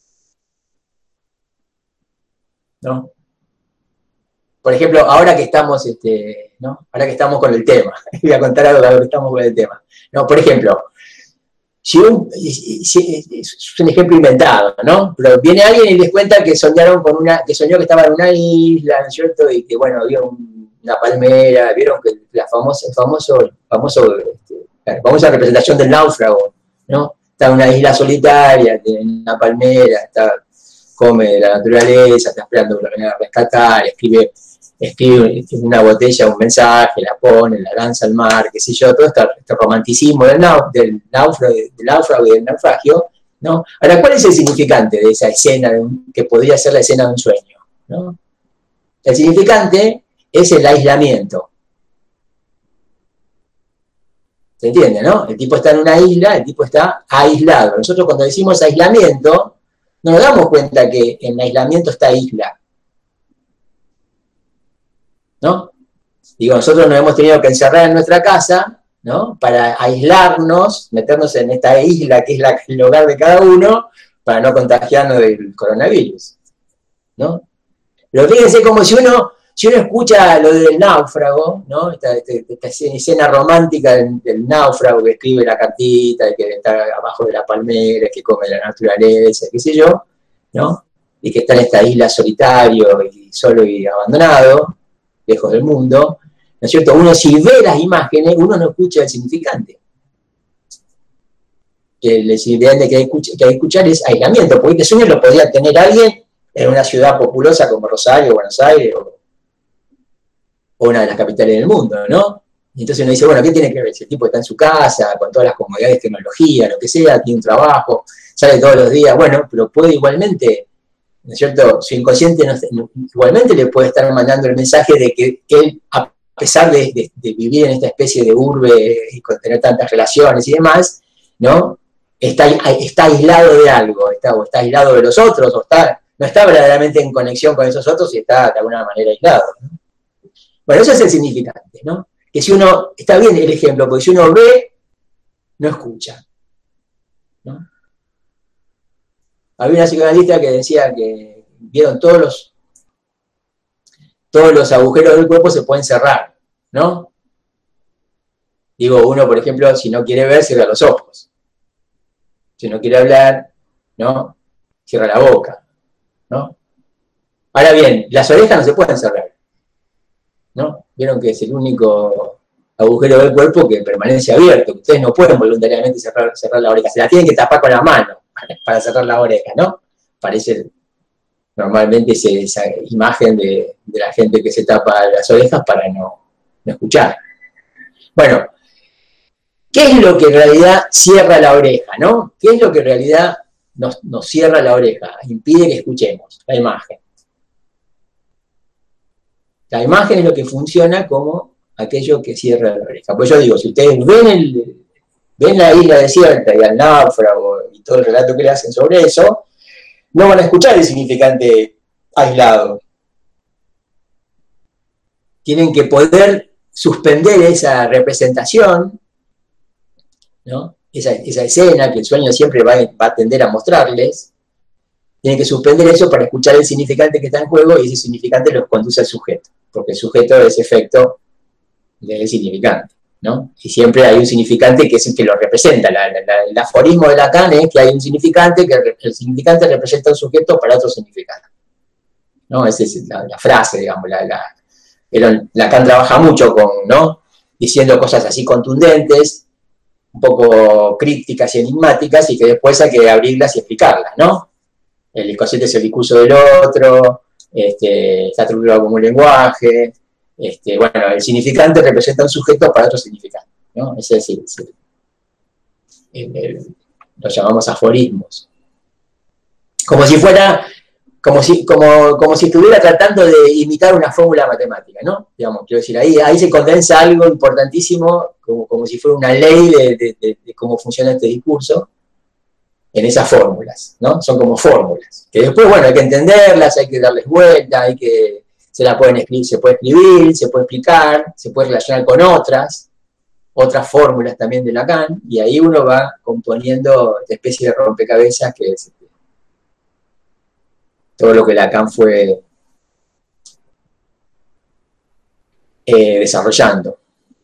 Speaker 1: ¿no? Por ejemplo, ahora que estamos, ¿no? Ahora que estamos con el tema, voy a contar algo de lo que estamos con el tema. No, por ejemplo, es un ejemplo inventado, ¿no? Pero viene alguien y les cuenta que soñó que estaba en una isla, ¿no es cierto? Y que, bueno, había una palmera, vieron que la famosa representación del náufrago, ¿no? Está en una isla solitaria, en una palmera, come de la naturaleza, está esperando que lo vengan a rescatar, escribe en una botella un mensaje, la pone, la lanza al mar, qué sé yo, todo este romanticismo del náufrago y del naufragio, ¿no? Ahora, ¿cuál es el significante de esa escena que podría ser la escena de un sueño, ¿no? El significante es el aislamiento. ¿Se entiende, no? El tipo está en una isla, el tipo está aislado. Nosotros cuando decimos aislamiento, no nos damos cuenta que en aislamiento está isla, ¿no? Digo, nosotros nos hemos tenido que encerrar en nuestra casa, ¿no? Para aislarnos, meternos en esta isla que es el hogar de cada uno, para no contagiarnos del coronavirus, ¿no? Pero fíjense como si uno si uno escucha lo del náufrago, ¿no? Esta escena romántica del náufrago que escribe la cartita, que está abajo de la palmera, que come la naturaleza, qué sé yo, ¿no? Y que está en esta isla solitario y solo y abandonado, lejos del mundo, ¿no es cierto? Uno si ve las imágenes, uno no escucha el significante. El significante que hay que escuchar es aislamiento, porque este sueño lo podría tener alguien en una ciudad populosa como Rosario, Buenos Aires, o una de las capitales del mundo, ¿no? Y entonces uno dice, bueno, ¿qué tiene que ver? Si el tipo está en su casa, con todas las comodidades de tecnología, lo que sea, tiene un trabajo, sale todos los días, bueno, pero puede igualmente, ¿no es cierto? Su inconsciente igualmente le puede estar mandando el mensaje de que él, a pesar de vivir en esta especie de urbe y con tener tantas relaciones y demás, ¿no? Está aislado de algo, o está aislado de los otros, no está verdaderamente en conexión con esos otros y está de alguna manera aislado, ¿no? Bueno, eso es el significante, ¿no? Que si uno, está bien el ejemplo, porque si uno ve, no escucha, ¿no? Había una psicoanalista que decía que vieron todos los agujeros del cuerpo se pueden cerrar, ¿no? Digo, uno, por ejemplo, si no quiere ver, cierra los ojos. Si no quiere hablar, ¿no? Cierra la boca, ¿no? Ahora bien, las orejas no se pueden cerrar, ¿no? Vieron que es el único agujero del cuerpo que permanece abierto. Ustedes no pueden voluntariamente cerrar la oreja, se la tienen que tapar con la mano para cerrar la oreja, ¿no? Parece normalmente esa imagen de la gente que se tapa las orejas para no escuchar. Bueno, ¿qué es lo que en realidad cierra la oreja, no? ¿Qué es lo que en realidad nos cierra la oreja? Impide que escuchemos, la imagen. La imagen es lo que funciona como aquello que cierra la oreja. Pues yo digo, si ustedes ven la isla desierta y al náufrago y todo el relato que le hacen sobre eso, no van a escuchar el significante aislado. Tienen que poder suspender esa representación, ¿no? Esa escena que el sueño siempre va a tender a mostrarles. Tienen que suspender eso para escuchar el significante que está en juego y ese significante los conduce al sujeto, porque el sujeto es efecto del significante, ¿no? Y siempre hay un significante que es el que lo representa. El aforismo de Lacan es que hay un significante, que el significante representa un sujeto para otro significante, ¿no? Esa es la frase, digamos. Lacan trabaja mucho ¿no? Diciendo cosas así contundentes, un poco crípticas y enigmáticas, y que después hay que abrirlas y explicarlas, ¿no? El inconsciente es el discurso del otro, está estructurado como un lenguaje, bueno, el significante representa un sujeto para otro significante, ¿no? Ese es lo llamamos aforismos. Como si estuviera tratando de imitar una fórmula matemática, ¿no? Digamos, quiero decir, ahí se condensa algo importantísimo, como si fuera una ley de cómo funciona este discurso, en esas fórmulas, ¿no? Son como fórmulas, que después, bueno, hay que entenderlas, hay que darles vuelta, se puede escribir, se puede explicar, se puede relacionar con otras fórmulas también de Lacan, y ahí uno va componiendo esta especie de rompecabezas que es todo lo que Lacan fue desarrollando.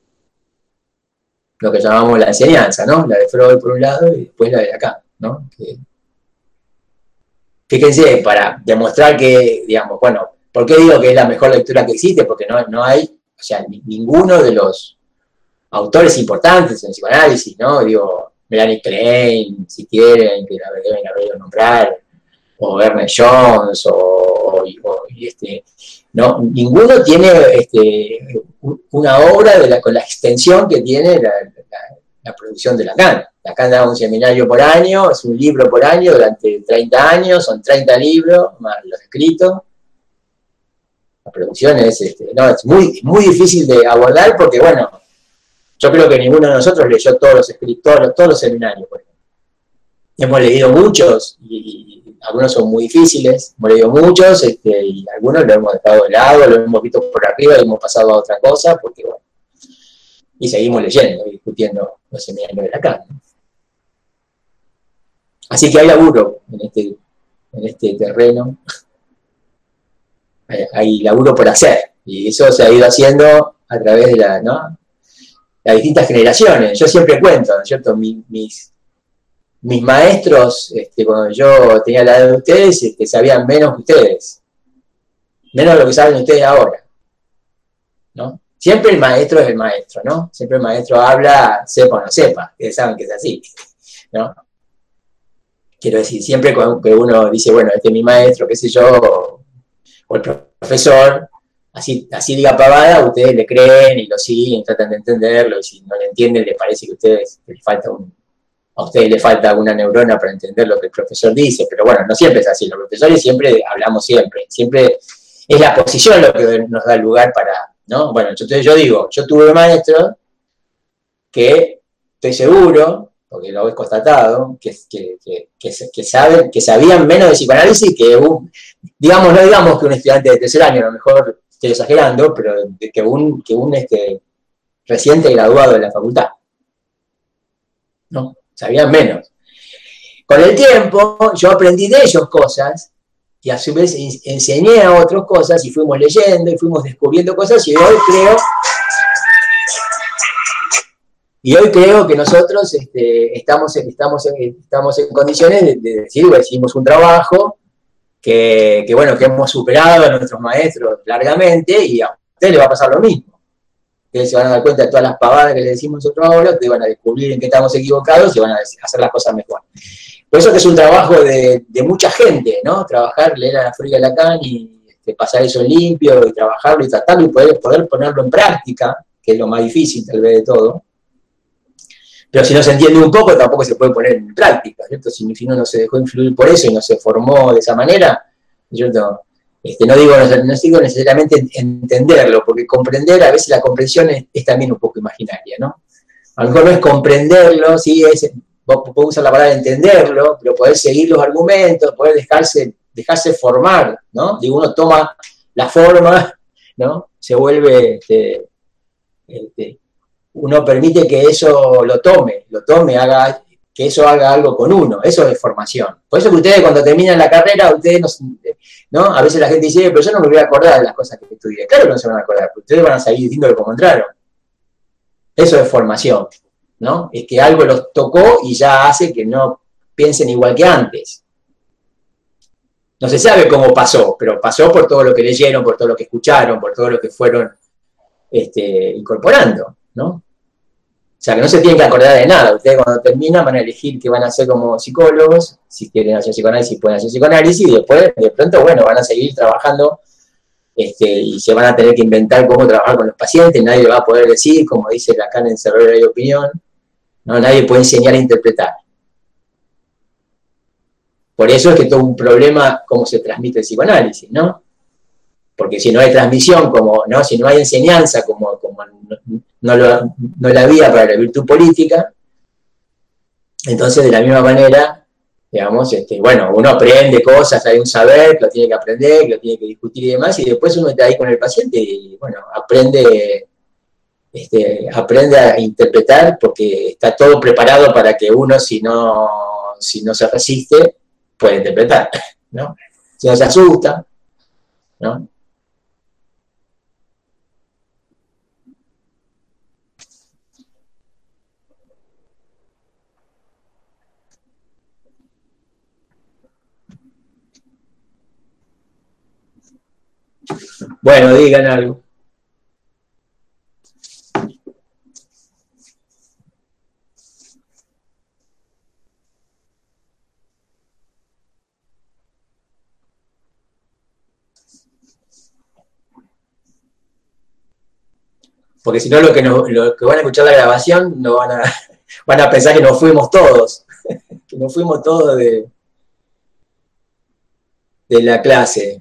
Speaker 1: Lo que llamamos la enseñanza, ¿no? La de Freud por un lado y después la de Lacan, ¿no? Fíjense, para demostrar que, digamos, bueno, ¿por qué digo que es la mejor lectura que existe? Porque no hay, o sea, ninguno de los autores importantes en psicoanálisis, ¿no? Digo, Melanie Klein, si quieren, que la deben haber nombrar, o Ernest Jones, ¿no? Ninguno tiene una obra con la extensión que tiene la producción de Lacan. Lacan da un seminario por año, es un libro por año durante 30 años, son 30 libros, más los escritos. La producción es muy, muy difícil de abordar porque, bueno, yo creo que ninguno de nosotros leyó todos los seminarios. Por ejemplo. Hemos leído muchos y algunos son muy difíciles, hemos leído muchos y algunos lo hemos dejado de lado, lo hemos visto por arriba y hemos pasado a otra cosa porque, bueno, y seguimos leyendo y discutiendo los seminarios de Lacan, ¿no? Así que hay laburo en este terreno, hay laburo por hacer, Y eso se ha ido haciendo a través de las distintas generaciones. Yo siempre cuento, ¿no es cierto? Mis maestros, cuando yo tenía la edad de ustedes, sabían menos que ustedes. Menos de lo que saben ustedes ahora, ¿no? Siempre el maestro es el maestro, ¿no? Siempre el maestro habla, sepa o no sepa, ustedes saben que es así, ¿no? Quiero decir, siempre que uno dice, bueno, este es mi maestro, qué sé yo, o el profesor, así diga pavada, ustedes le creen y lo siguen, tratan de entenderlo, y si no le entienden, les parece que a ustedes les falta alguna neurona para entender lo que el profesor dice, pero bueno, no siempre es así, los profesores siempre hablamos siempre es la posición lo que nos da lugar para, ¿no? Bueno, entonces yo digo, yo tuve maestros que estoy seguro, porque lo he constatado, que sabían menos de psicoanálisis que no digamos que un estudiante de tercer año, a lo mejor estoy exagerando, pero que un reciente graduado de la facultad, ¿no? Sabían menos. Con el tiempo, yo aprendí de ellos cosas, y a su vez enseñé a otros cosas, y fuimos leyendo, y fuimos descubriendo cosas, y hoy creo que nosotros estamos en condiciones de decir, hicimos un trabajo que hemos superado a nuestros maestros largamente, y a ustedes les va a pasar lo mismo. Ustedes se van a dar cuenta de todas las pavadas que les decimos nosotros ahora, ustedes van a descubrir en qué estamos equivocados y van a hacer las cosas mejor. Por eso que es un trabajo de mucha gente, ¿no? Trabajar, leer a la Freud y a Lacan y pasar eso limpio y trabajarlo y tratarlo y poder ponerlo en práctica, que es lo más difícil tal vez de todo. Pero si no se entiende un poco, tampoco se puede poner en práctica, ¿cierto? Si uno no se dejó influir por eso y no se formó de esa manera, ¿cierto? No digo necesariamente entenderlo, porque comprender, a veces la comprensión es también un poco imaginaria, ¿no? A lo mejor no es comprenderlo, sí, vos podés usar la palabra entenderlo, pero poder seguir los argumentos, poder dejarse formar, ¿no? Digo, uno toma la forma, ¿no? Se vuelve, uno permite que eso lo tome, que eso haga algo con uno, eso es formación. Por eso que ustedes cuando terminan la carrera, ustedes ¿no? A veces la gente dice, pero yo no me voy a acordar de las cosas que estudié. Claro que no se van a acordar, porque ustedes van a seguir diciendo cómo entraron. Eso es formación, ¿no? Es que algo los tocó y ya hace que no piensen igual que antes. No se sabe cómo pasó, pero pasó por todo lo que leyeron, por todo lo que escucharon, por todo lo que fueron incorporando, ¿no? O sea, que no se tienen que acordar de nada. Ustedes cuando terminan van a elegir qué van a hacer como psicólogos, si quieren hacer psicoanálisis, pueden hacer psicoanálisis, y después, de pronto, bueno, van a seguir trabajando y se van a tener que inventar cómo trabajar con los pacientes. Nadie va a poder decir, como dice Lacan en Cerrero de Opinión, ¿no? Nadie puede enseñar a interpretar. Por eso es que todo un problema cómo se transmite el psicoanálisis, ¿no? Porque si no hay transmisión, ¿no? Si no hay enseñanza, como no la había para la virtud política, entonces de la misma manera, digamos, bueno, uno aprende cosas, hay un saber, que lo tiene que aprender, que lo tiene que discutir y demás, y después uno está ahí con el paciente y, bueno, aprende a interpretar porque está todo preparado para que uno, si no se resiste, pueda interpretar, ¿no? Si no se asusta, ¿no? Bueno, digan algo. Porque si no, lo que van a escuchar la grabación no van a pensar que nos fuimos todos, que nos fuimos todos de la clase.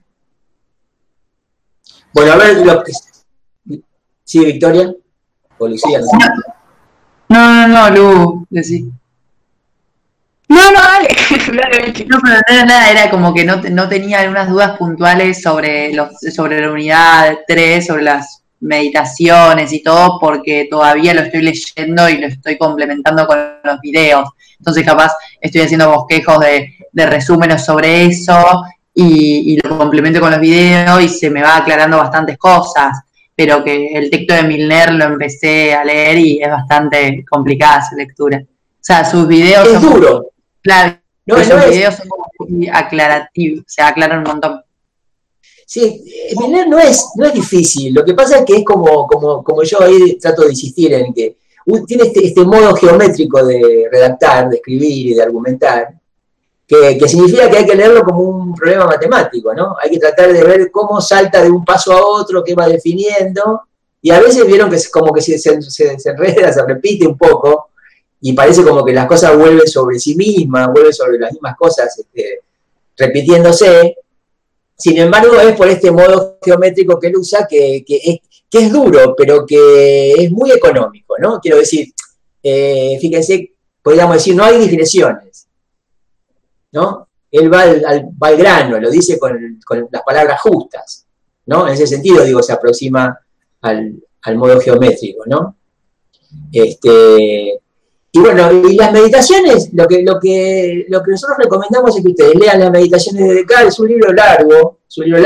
Speaker 1: Bueno, a ver, ¿sí, Victoria? ¿O Lucía?
Speaker 5: No, Lu, decí.
Speaker 4: No, dale.
Speaker 5: No, pero no era nada, era como que no tenía algunas dudas puntuales sobre la unidad 3, sobre las meditaciones y todo, porque todavía lo estoy leyendo y lo estoy complementando con los videos. Entonces capaz estoy haciendo bosquejos de resúmenes sobre eso y lo complemento con los videos y se me va aclarando bastantes cosas, pero que el texto de Milner lo empecé a leer y es bastante complicada su lectura. O sea, sus videos
Speaker 1: es duro.
Speaker 5: Claro,
Speaker 1: No,
Speaker 5: sus
Speaker 1: no
Speaker 5: videos son muy aclarativos, se aclaran un montón.
Speaker 1: Sí, Milner no es difícil, lo que pasa es que es como yo ahí trato de insistir en que tiene este modo geométrico de redactar, de escribir y de argumentar, que significa que hay que leerlo como un problema matemático, ¿no? Hay que tratar de ver cómo salta de un paso a otro, qué va definiendo, y a veces vieron que como que se enreda, se repite un poco, y parece como que las cosas vuelven sobre sí mismas, vuelven sobre las mismas cosas, repitiéndose. Sin embargo, es por este modo geométrico que él usa que es duro, pero que es muy económico, ¿no? Quiero decir, fíjense, podríamos decir, no hay digresiones, ¿no? Él va al grano, lo dice con las palabras justas, ¿no? En ese sentido, digo, se aproxima al modo geométrico, ¿no? Y bueno, y las meditaciones, lo que nosotros recomendamos es que ustedes lean las meditaciones de Descartes, es un libro largo,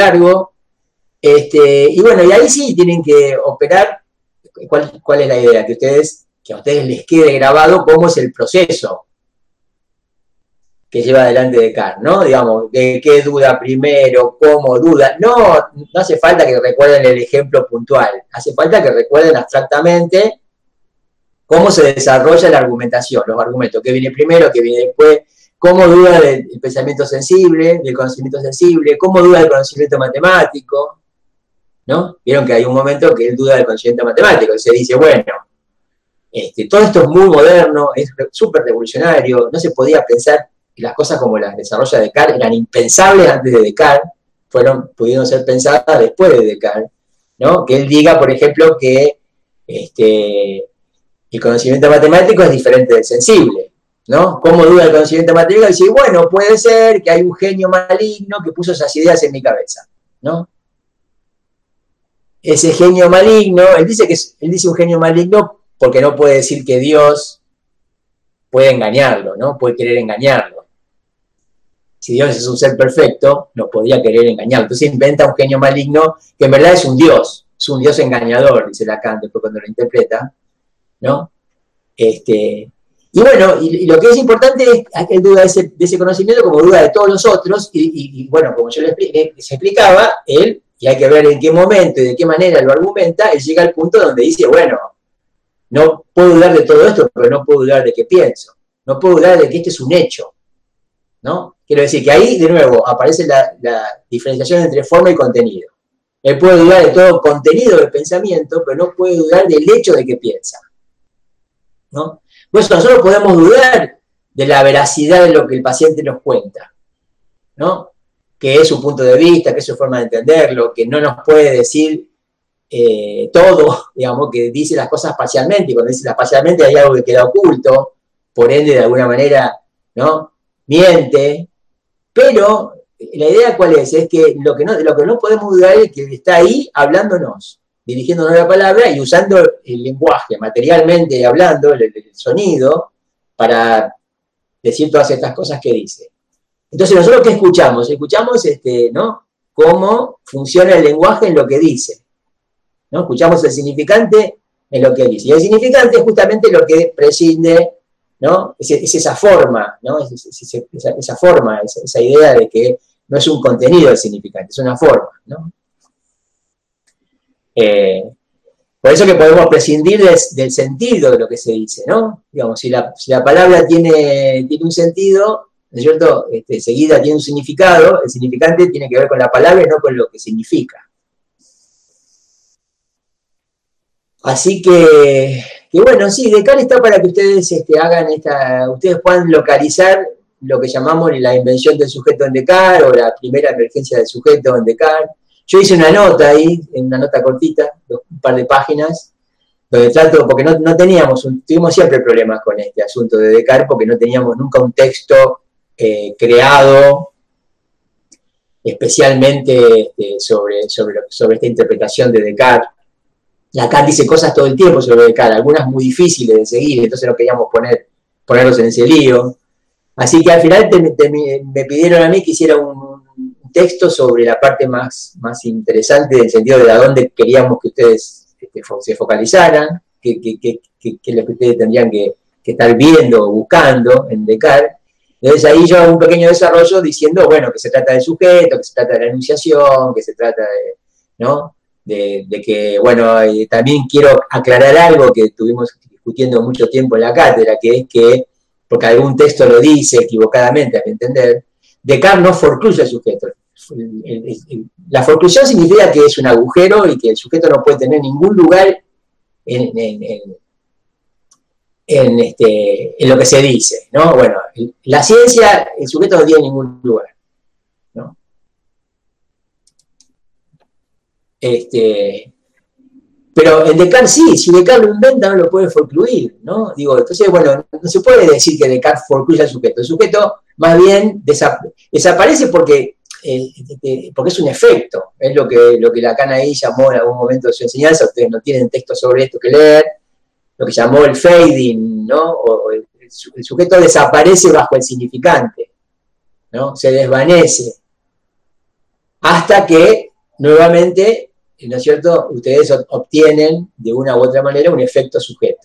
Speaker 1: y bueno, y ahí sí tienen que operar, ¿cuál es la idea? Que a ustedes les quede grabado cómo es el proceso que lleva adelante Descartes, ¿no? Digamos, de qué duda primero, cómo duda. No hace falta que recuerden el ejemplo puntual, hace falta que recuerden abstractamente cómo se desarrolla la argumentación, los argumentos, qué viene primero, qué viene después, cómo duda del pensamiento sensible, del conocimiento sensible, cómo duda del conocimiento matemático, ¿no? Vieron que hay un momento que él duda del conocimiento matemático, y se dice, bueno, todo esto es muy moderno, es súper revolucionario, no se podía pensar que las cosas como las desarrolla Descartes eran impensables antes de Descartes, pudieron ser pensadas después de Descartes, ¿no? Que él diga, por ejemplo, que el conocimiento matemático es diferente del sensible, ¿no? ¿Cómo duda el conocimiento matemático? Y dice, bueno, puede ser que hay un genio maligno que puso esas ideas en mi cabeza, ¿no? Ese genio maligno, él dice un genio maligno porque no puede decir que Dios puede engañarlo, ¿no? Puede querer engañarlo. Si Dios es un ser perfecto, no podría querer engañarlo. Entonces inventa un genio maligno que en verdad es un Dios engañador, dice Lacan después cuando lo interpreta, ¿no? Y bueno, y lo que es importante es que él duda de ese conocimiento como duda de todos los otros, y bueno, como yo se explicaba, él, y hay que ver en qué momento y de qué manera lo argumenta, él llega al punto donde dice, bueno, no puedo dudar de todo esto, pero no puedo dudar de qué pienso, no puedo dudar de que este es un hecho, ¿no? Quiero decir que ahí, de nuevo, aparece la diferenciación entre forma y contenido. Él puede dudar de todo contenido del pensamiento, pero no puede dudar del hecho de que piensa, ¿no? Pues nosotros podemos dudar de la veracidad de lo que el paciente nos cuenta, ¿no? Que es su punto de vista, que es su forma de entenderlo, que no nos puede decir todo, digamos, que dice las cosas parcialmente, y cuando dice las parcialmente hay algo que queda oculto, por ende, de alguna manera, ¿no? Miente, pero la idea ¿cuál es? Es que lo que no podemos dudar es que está ahí hablándonos, dirigiéndonos la palabra y usando el lenguaje, materialmente hablando, el sonido, para decir todas estas cosas que dice. Entonces, ¿nosotros qué escuchamos? Escuchamos, ¿no? Cómo funciona el lenguaje en lo que dice, ¿no? Escuchamos el significante en lo que dice. Y el significante es justamente lo que prescinde, ¿no? Es esa forma, ¿no? Esa forma, esa idea de que no es un contenido el significante, es una forma, ¿no? Por eso que podemos prescindir del sentido de lo que se dice, ¿no? Digamos, si la palabra tiene un sentido, ¿no es cierto? Seguida tiene un significado, el significante tiene que ver con la palabra y no con lo que significa. Así que bueno, sí, Descartes está para que ustedes ustedes puedan localizar lo que llamamos la invención del sujeto en Descartes o la primera emergencia del sujeto en Descartes. Yo hice una nota ahí, una nota cortita, un par de páginas, donde porque no tuvimos siempre problemas con este asunto de Descartes, porque no teníamos nunca un texto creado especialmente sobre esta interpretación de Descartes. Lacan dice cosas todo el tiempo sobre Descartes, algunas muy difíciles de seguir, entonces no queríamos ponerlos en ese lío. Así que al final me pidieron a mí que hiciera un texto sobre la parte más interesante, en el sentido de a dónde queríamos que ustedes se focalizaran, qué es lo que ustedes tendrían que estar viendo o buscando en Descartes. Entonces ahí yo hago un pequeño desarrollo diciendo, bueno, que se trata del sujeto, que se trata de la enunciación, que se trata de, ¿no? De que, bueno, también quiero aclarar algo que estuvimos discutiendo mucho tiempo en la cátedra, que es que, porque algún texto lo dice equivocadamente, a mi entender, Descartes no forcluye al sujeto. La forclusión significa que es un agujero y que el sujeto no puede tener ningún lugar en lo que se dice, ¿no? Bueno, la ciencia, el sujeto no tiene ningún lugar, ¿no? Pero en Descartes sí, si Descartes lo inventa no lo puede forcluir, ¿no? Digo, entonces, bueno, no se puede decir que Descartes forcluye al sujeto. El sujeto más bien desaparece porque es un efecto, es lo que Lacan ahí llamó en algún momento de su enseñanza. Ustedes no tienen texto sobre esto que leer, lo que llamó el fading, ¿no? El sujeto desaparece bajo el significante, ¿no? Se desvanece, hasta que nuevamente, ¿no es cierto?, ustedes obtienen de una u otra manera un efecto sujeto.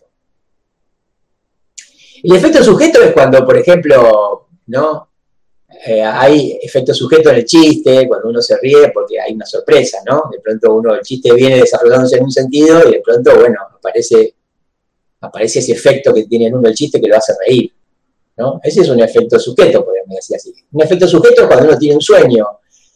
Speaker 1: El efecto sujeto es cuando, por ejemplo, ¿no? Hay efecto sujeto en el chiste, cuando uno se ríe porque hay una sorpresa, ¿no? De pronto el chiste viene desarrollándose en un sentido y de pronto, bueno, aparece ese efecto que tiene en uno el chiste que lo hace reír, ¿no? Ese es un efecto sujeto, podemos decir así. Un efecto sujeto es cuando uno tiene un sueño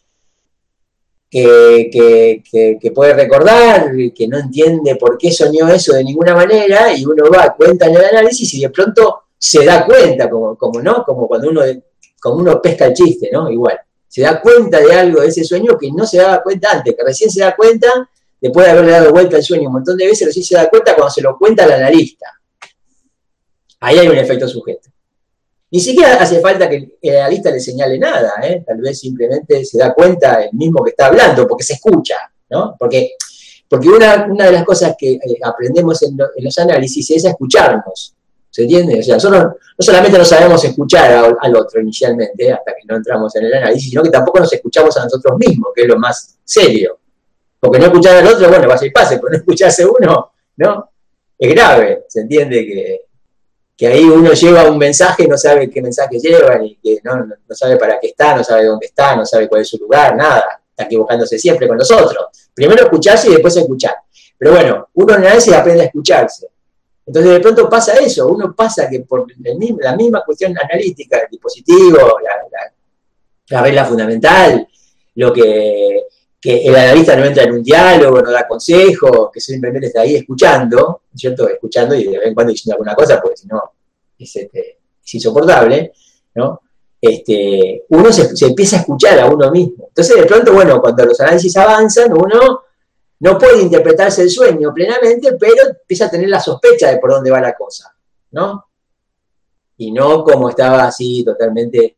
Speaker 1: que puede recordar, que no entiende por qué soñó eso de ninguna manera, y uno cuenta en el análisis y de pronto se da cuenta, como cuando uno pesca el chiste, ¿no? Igual, se da cuenta de algo de ese sueño que no se daba cuenta antes, que recién se da cuenta después de haberle dado vuelta al sueño un montón de veces, recién se da cuenta cuando se lo cuenta al analista. Ahí hay un efecto sujeto. Ni siquiera hace falta que el analista le señale nada, ¿eh? Tal vez simplemente se da cuenta el mismo que está hablando, porque se escucha, ¿no? Porque una de las cosas que aprendemos en los análisis es a escucharnos, ¿se entiende? O sea, nosotros no solamente no sabemos escuchar al otro inicialmente, hasta que no entramos en el análisis, sino que tampoco nos escuchamos a nosotros mismos, que es lo más serio. Porque no escuchar al otro, bueno, vaya y pase, pero no escucharse uno, ¿no? Es grave, ¿se entiende? Que ahí uno lleva un mensaje y no sabe qué mensaje lleva, y que no sabe para qué está, no sabe dónde está, no sabe cuál es su lugar, nada. Está equivocándose siempre con los otros. Primero escucharse y después escuchar. Pero bueno, uno en análisis aprende a escucharse. Entonces de pronto pasa eso, uno pasa que por la misma cuestión analítica, el dispositivo, la regla fundamental, lo que el analista no entra en un diálogo, no da consejos, que simplemente está ahí escuchando, ¿cierto? Escuchando y de vez en cuando diciendo alguna cosa, porque si no es insoportable, ¿no? Uno se empieza a escuchar a uno mismo. Entonces, de pronto, bueno, cuando los análisis avanzan, uno no puede interpretarse el sueño plenamente, pero empieza a tener la sospecha de por dónde va la cosa, ¿no? Y no como estaba así totalmente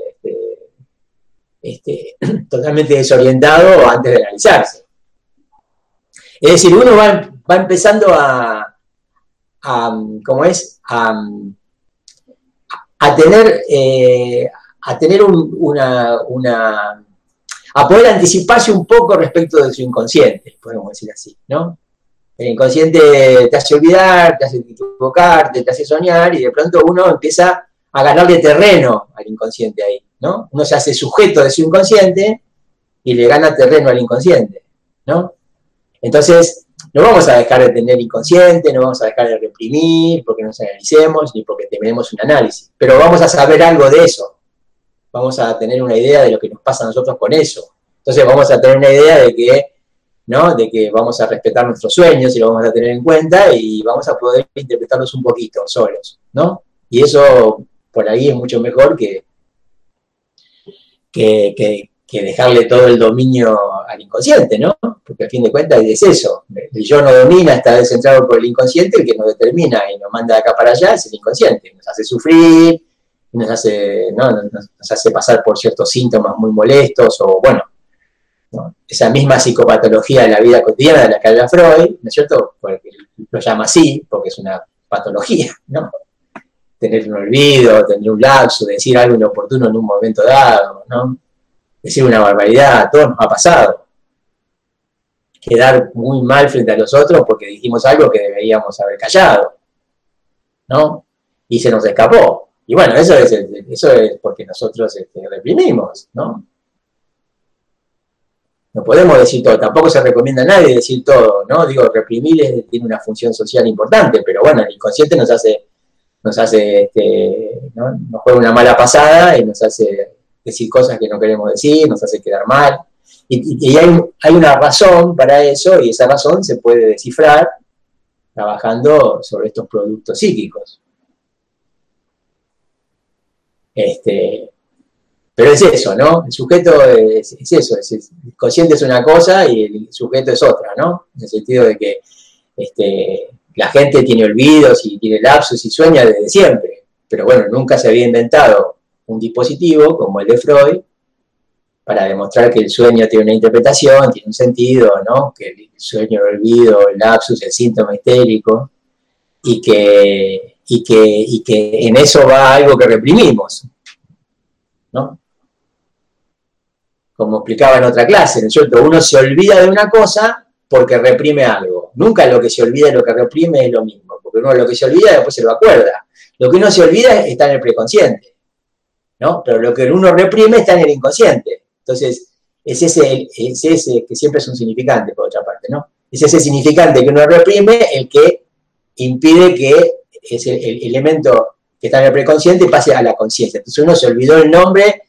Speaker 1: totalmente desorientado antes de analizarse. Es decir, uno va empezando a a poder anticiparse un poco respecto de su inconsciente, podemos decir así, ¿no? El inconsciente te hace olvidar, te hace equivocarte, te hace soñar, y de pronto uno empieza a ganarle terreno al inconsciente ahí, ¿no? Uno se hace sujeto de su inconsciente y le gana terreno al inconsciente, ¿no? Entonces, no vamos a dejar de tener inconsciente, no vamos a dejar de reprimir porque nos analicemos ni porque tenemos un análisis, pero vamos a saber algo de eso, vamos a tener una idea de lo que nos pasa a nosotros con eso. Entonces vamos a tener una idea de que, ¿no?, de que vamos a respetar nuestros sueños y lo vamos a tener en cuenta y vamos a poder interpretarlos un poquito solos, ¿no? Y eso por ahí es mucho mejor que dejarle todo el dominio al inconsciente, ¿no? Porque al fin de cuentas es eso. El yo no domina, está descentrado por el inconsciente, el que nos determina y nos manda de acá para allá es el inconsciente. Nos hace sufrir, nos hace pasar por ciertos síntomas muy molestos, o bueno, ¿no?, esa misma psicopatología de la vida cotidiana de la que habla Freud, ¿no es cierto? Porque lo llama así, porque es una patología, ¿no? Tener un olvido, tener un lapso, decir algo inoportuno en un momento dado, ¿no? decir una barbaridad, a todos nos ha pasado. Quedar muy mal frente a los otros porque dijimos algo que deberíamos haber callado, ¿no? Y se nos escapó. Y bueno, eso es porque nosotros reprimimos, ¿no? No podemos decir todo, tampoco se recomienda a nadie decir todo, ¿no? Digo, reprimir tiene una función social importante, pero bueno, el inconsciente nos hace ¿no? Nos juega una mala pasada y nos hace decir cosas que no queremos decir, nos hace quedar mal. Y hay una razón para eso, y esa razón se puede descifrar trabajando sobre estos productos psíquicos. Pero es eso, ¿no? El sujeto es eso, el consciente es una cosa y el sujeto es otra, ¿no? En el sentido de que la gente tiene olvidos y tiene lapsus y sueña desde siempre, pero bueno, nunca se había inventado un dispositivo como el de Freud para demostrar que el sueño tiene una interpretación, tiene un sentido, ¿no? Que el sueño, el olvido, el lapsus, el síntoma histérico, y que en eso va algo que reprimimos, ¿no? Como explicaba en otra clase, ¿no es cierto? Uno se olvida de una cosa porque reprime algo. Nunca lo que se olvida y lo que reprime es lo mismo, porque uno lo que se olvida después se lo acuerda. Lo que uno se olvida está en el preconsciente, ¿no? Pero lo que uno reprime está en el inconsciente. Entonces, es ese que siempre es un significante, por otra parte, ¿no? Es ese significante que uno reprime el que impide que ese el elemento que está en el preconsciente pase a la conciencia. Entonces uno se olvidó el nombre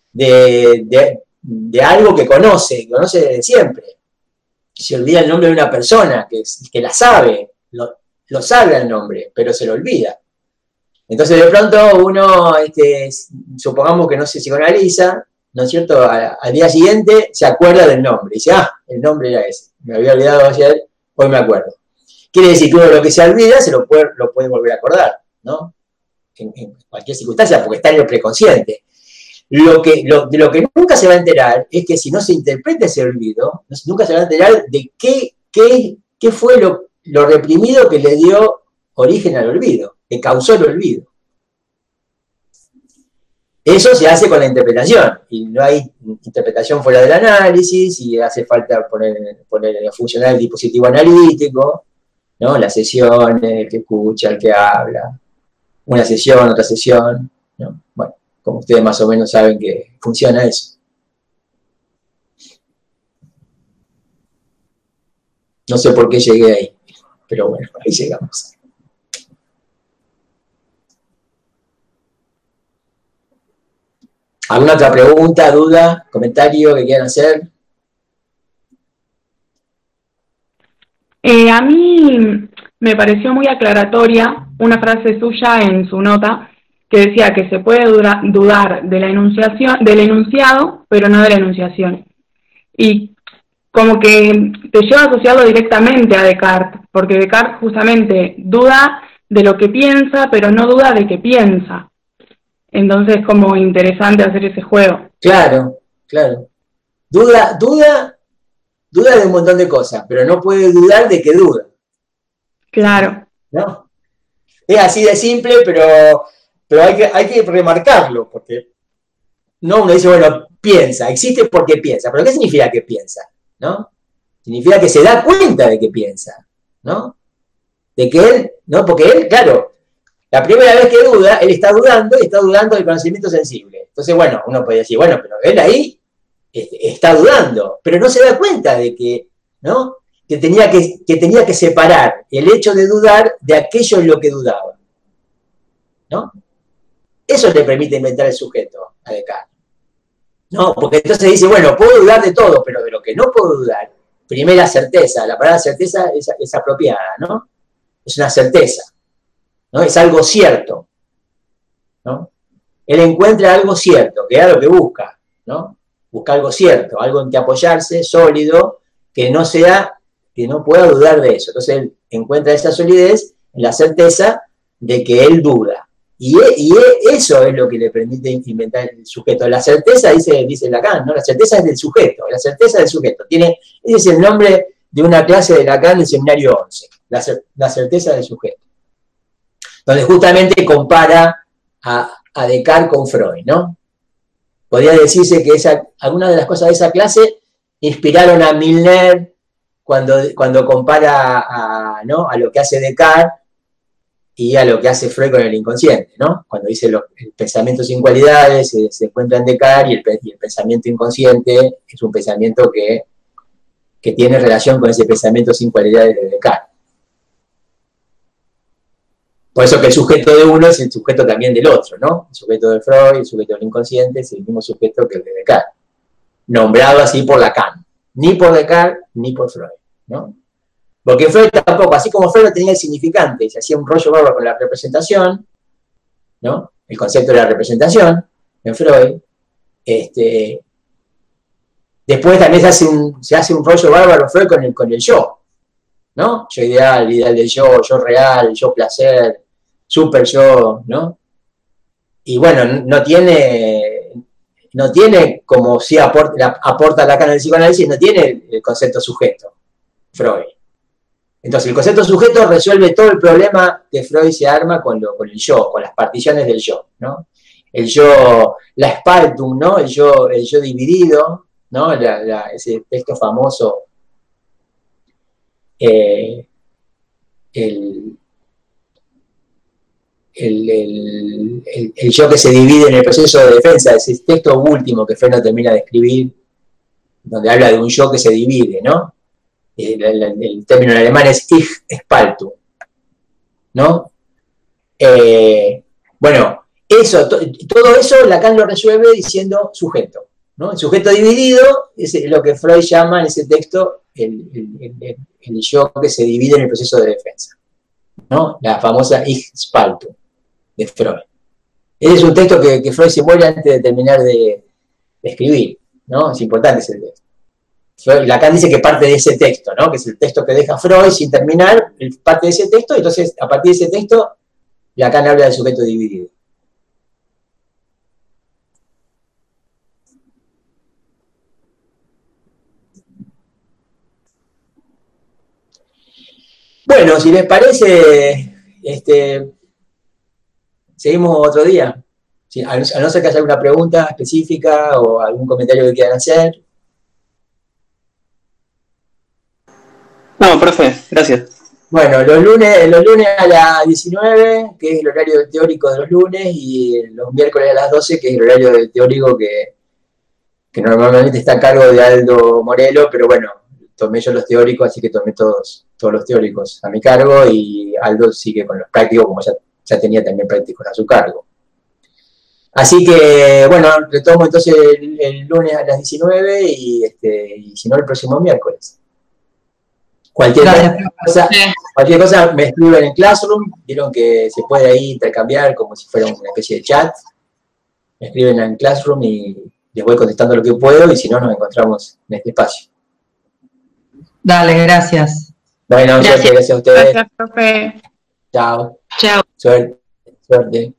Speaker 1: de algo que conoce desde siempre. Se olvida el nombre de una persona que la sabe, lo sabe el nombre, pero se lo olvida. Entonces de pronto uno, supongamos que no se psicoanaliza, ¿no es cierto? Al día siguiente se acuerda del nombre, y dice, el nombre era ese, me había olvidado ayer, hoy me acuerdo. Quiere decir que uno lo que se olvida se lo puede volver a acordar, ¿no? En cualquier circunstancia, porque está en el preconsciente. De lo que nunca se va a enterar es que si no se interpreta ese olvido, nunca se va a enterar de qué fue lo reprimido que le dio origen al olvido, que causó el olvido. Eso se hace con la interpretación, y no hay interpretación fuera del análisis, y hace falta poner a funcionar el dispositivo analítico, ¿no? Las sesiones, el que escucha, el que habla, una sesión, otra sesión, ¿no? Bueno, como ustedes más o menos saben que funciona eso. No sé por qué llegué ahí, pero bueno, ahí llegamos. ¿Alguna otra pregunta, duda, comentario que quieran hacer?
Speaker 4: A mí me pareció muy aclaratoria una frase suya en su nota que decía que se puede dudar de la enunciación, del enunciado, pero no de la enunciación. Y como que te lleva a asociarlo directamente a Descartes, porque Descartes justamente duda de lo que piensa, pero no duda de que piensa. Entonces es como interesante hacer ese juego.
Speaker 1: Claro, claro. Duda de un montón de cosas, pero no puede dudar de que duda.
Speaker 4: Claro.
Speaker 1: ¿No? Es así de simple, pero hay que remarcarlo, porque no uno dice, bueno, piensa, existe porque piensa, pero ¿qué significa que piensa? ¿No? Significa que se da cuenta de que piensa, ¿no? De que él, ¿no? Porque él, claro, la primera vez que duda, él está dudando y está dudando del conocimiento sensible. Entonces, bueno, uno puede decir, bueno, pero él ahí está dudando, pero no se da cuenta de que, ¿no? Que tenía que separar el hecho de dudar de aquello en lo que dudaba, ¿no? Eso le permite inventar el sujeto a Descartes, ¿no? Porque entonces dice, bueno, puedo dudar de todo, pero de lo que no puedo dudar, primera certeza, la palabra certeza es apropiada, ¿no? Es una certeza, ¿no? Es algo cierto, ¿no? Él encuentra algo cierto, que es lo que busca, ¿no? Busca algo cierto, algo en que apoyarse, sólido, que no pueda dudar de eso. Entonces él encuentra esa solidez en la certeza de que él duda. Y eso es lo que le permite inventar el sujeto. La certeza, dice Lacan, ¿no? La certeza es del sujeto, la certeza del sujeto. Ese es el nombre de una clase de Lacan del seminario 11, la certeza del sujeto. Donde justamente compara a Descartes con Freud, ¿no? podría decirse que algunas de las cosas de esa clase inspiraron a Milner cuando compara a lo que hace Descartes y a lo que hace Freud con el inconsciente, ¿no? Cuando dice el pensamiento sin cualidades se encuentra en Descartes y el pensamiento inconsciente es un pensamiento que tiene relación con ese pensamiento sin cualidades de Descartes. Por eso que el sujeto de uno es el sujeto también del otro, ¿no? El sujeto de Freud, el sujeto del inconsciente es el mismo sujeto que el de Descartes, nombrado así por Lacan, ni por Descartes ni por Freud, ¿no? Porque Freud tampoco, así como Freud no tenía el significante, se hacía un rollo bárbaro con la representación, ¿no? El concepto de la representación en Freud, después también se hace un rollo bárbaro en Freud con el yo, ¿no? Yo ideal, ideal del yo real, yo placer, super yo, ¿no? Y bueno, no tiene como si aporta Lacan en el psicoanálisis, no tiene el concepto sujeto, Freud. Entonces, el concepto sujeto resuelve todo el problema que Freud se arma con el yo, con las particiones del yo, ¿no? El yo, la Spaltung, ¿no? El yo dividido, ¿no? Ese texto famoso, el yo que se divide en el proceso de defensa, ese texto último que Freud no termina de escribir, donde habla de un yo que se divide, ¿no? El término en alemán es Ich Spaltung, ¿no? Bueno, todo eso Lacan lo resuelve diciendo sujeto, ¿no? El sujeto dividido es lo que Freud llama en ese texto el yo que se divide en el proceso de defensa, ¿no? La famosa Ich Spaltung de Freud. Ese es un texto que Freud se muere antes de terminar de escribir, ¿no? Es importante ese texto. Lacan dice que parte de ese texto, ¿no? Que es el texto que deja Freud sin terminar, parte de ese texto, entonces a partir de ese texto Lacan habla del sujeto dividido. Bueno, si les parece, seguimos otro día. Sí, a no ser que haya alguna pregunta específica o algún comentario que quieran hacer.
Speaker 3: No, profe, gracias.
Speaker 1: Bueno, los lunes a las 19, que es el horario teórico de los lunes, y los miércoles a las 12, que es el horario del teórico que normalmente está a cargo de Aldo Morelo, pero bueno, tomé yo los teóricos, así que tomé todos los teóricos a mi cargo, y Aldo sigue con los prácticos, como ya tenía también prácticos a su cargo. Así que, bueno, retomo entonces el lunes a las 19 y si no, el próximo miércoles. Cualquier cosa me escriben en Classroom, vieron que se puede ahí intercambiar como si fuera una especie de chat. Me escriben en Classroom y les voy contestando lo que puedo, y si no, nos encontramos en este espacio.
Speaker 5: Dale, gracias.
Speaker 1: Bueno, gracias a ustedes.
Speaker 4: Gracias, profe.
Speaker 1: Chao.
Speaker 2: Chao.
Speaker 1: Suerte.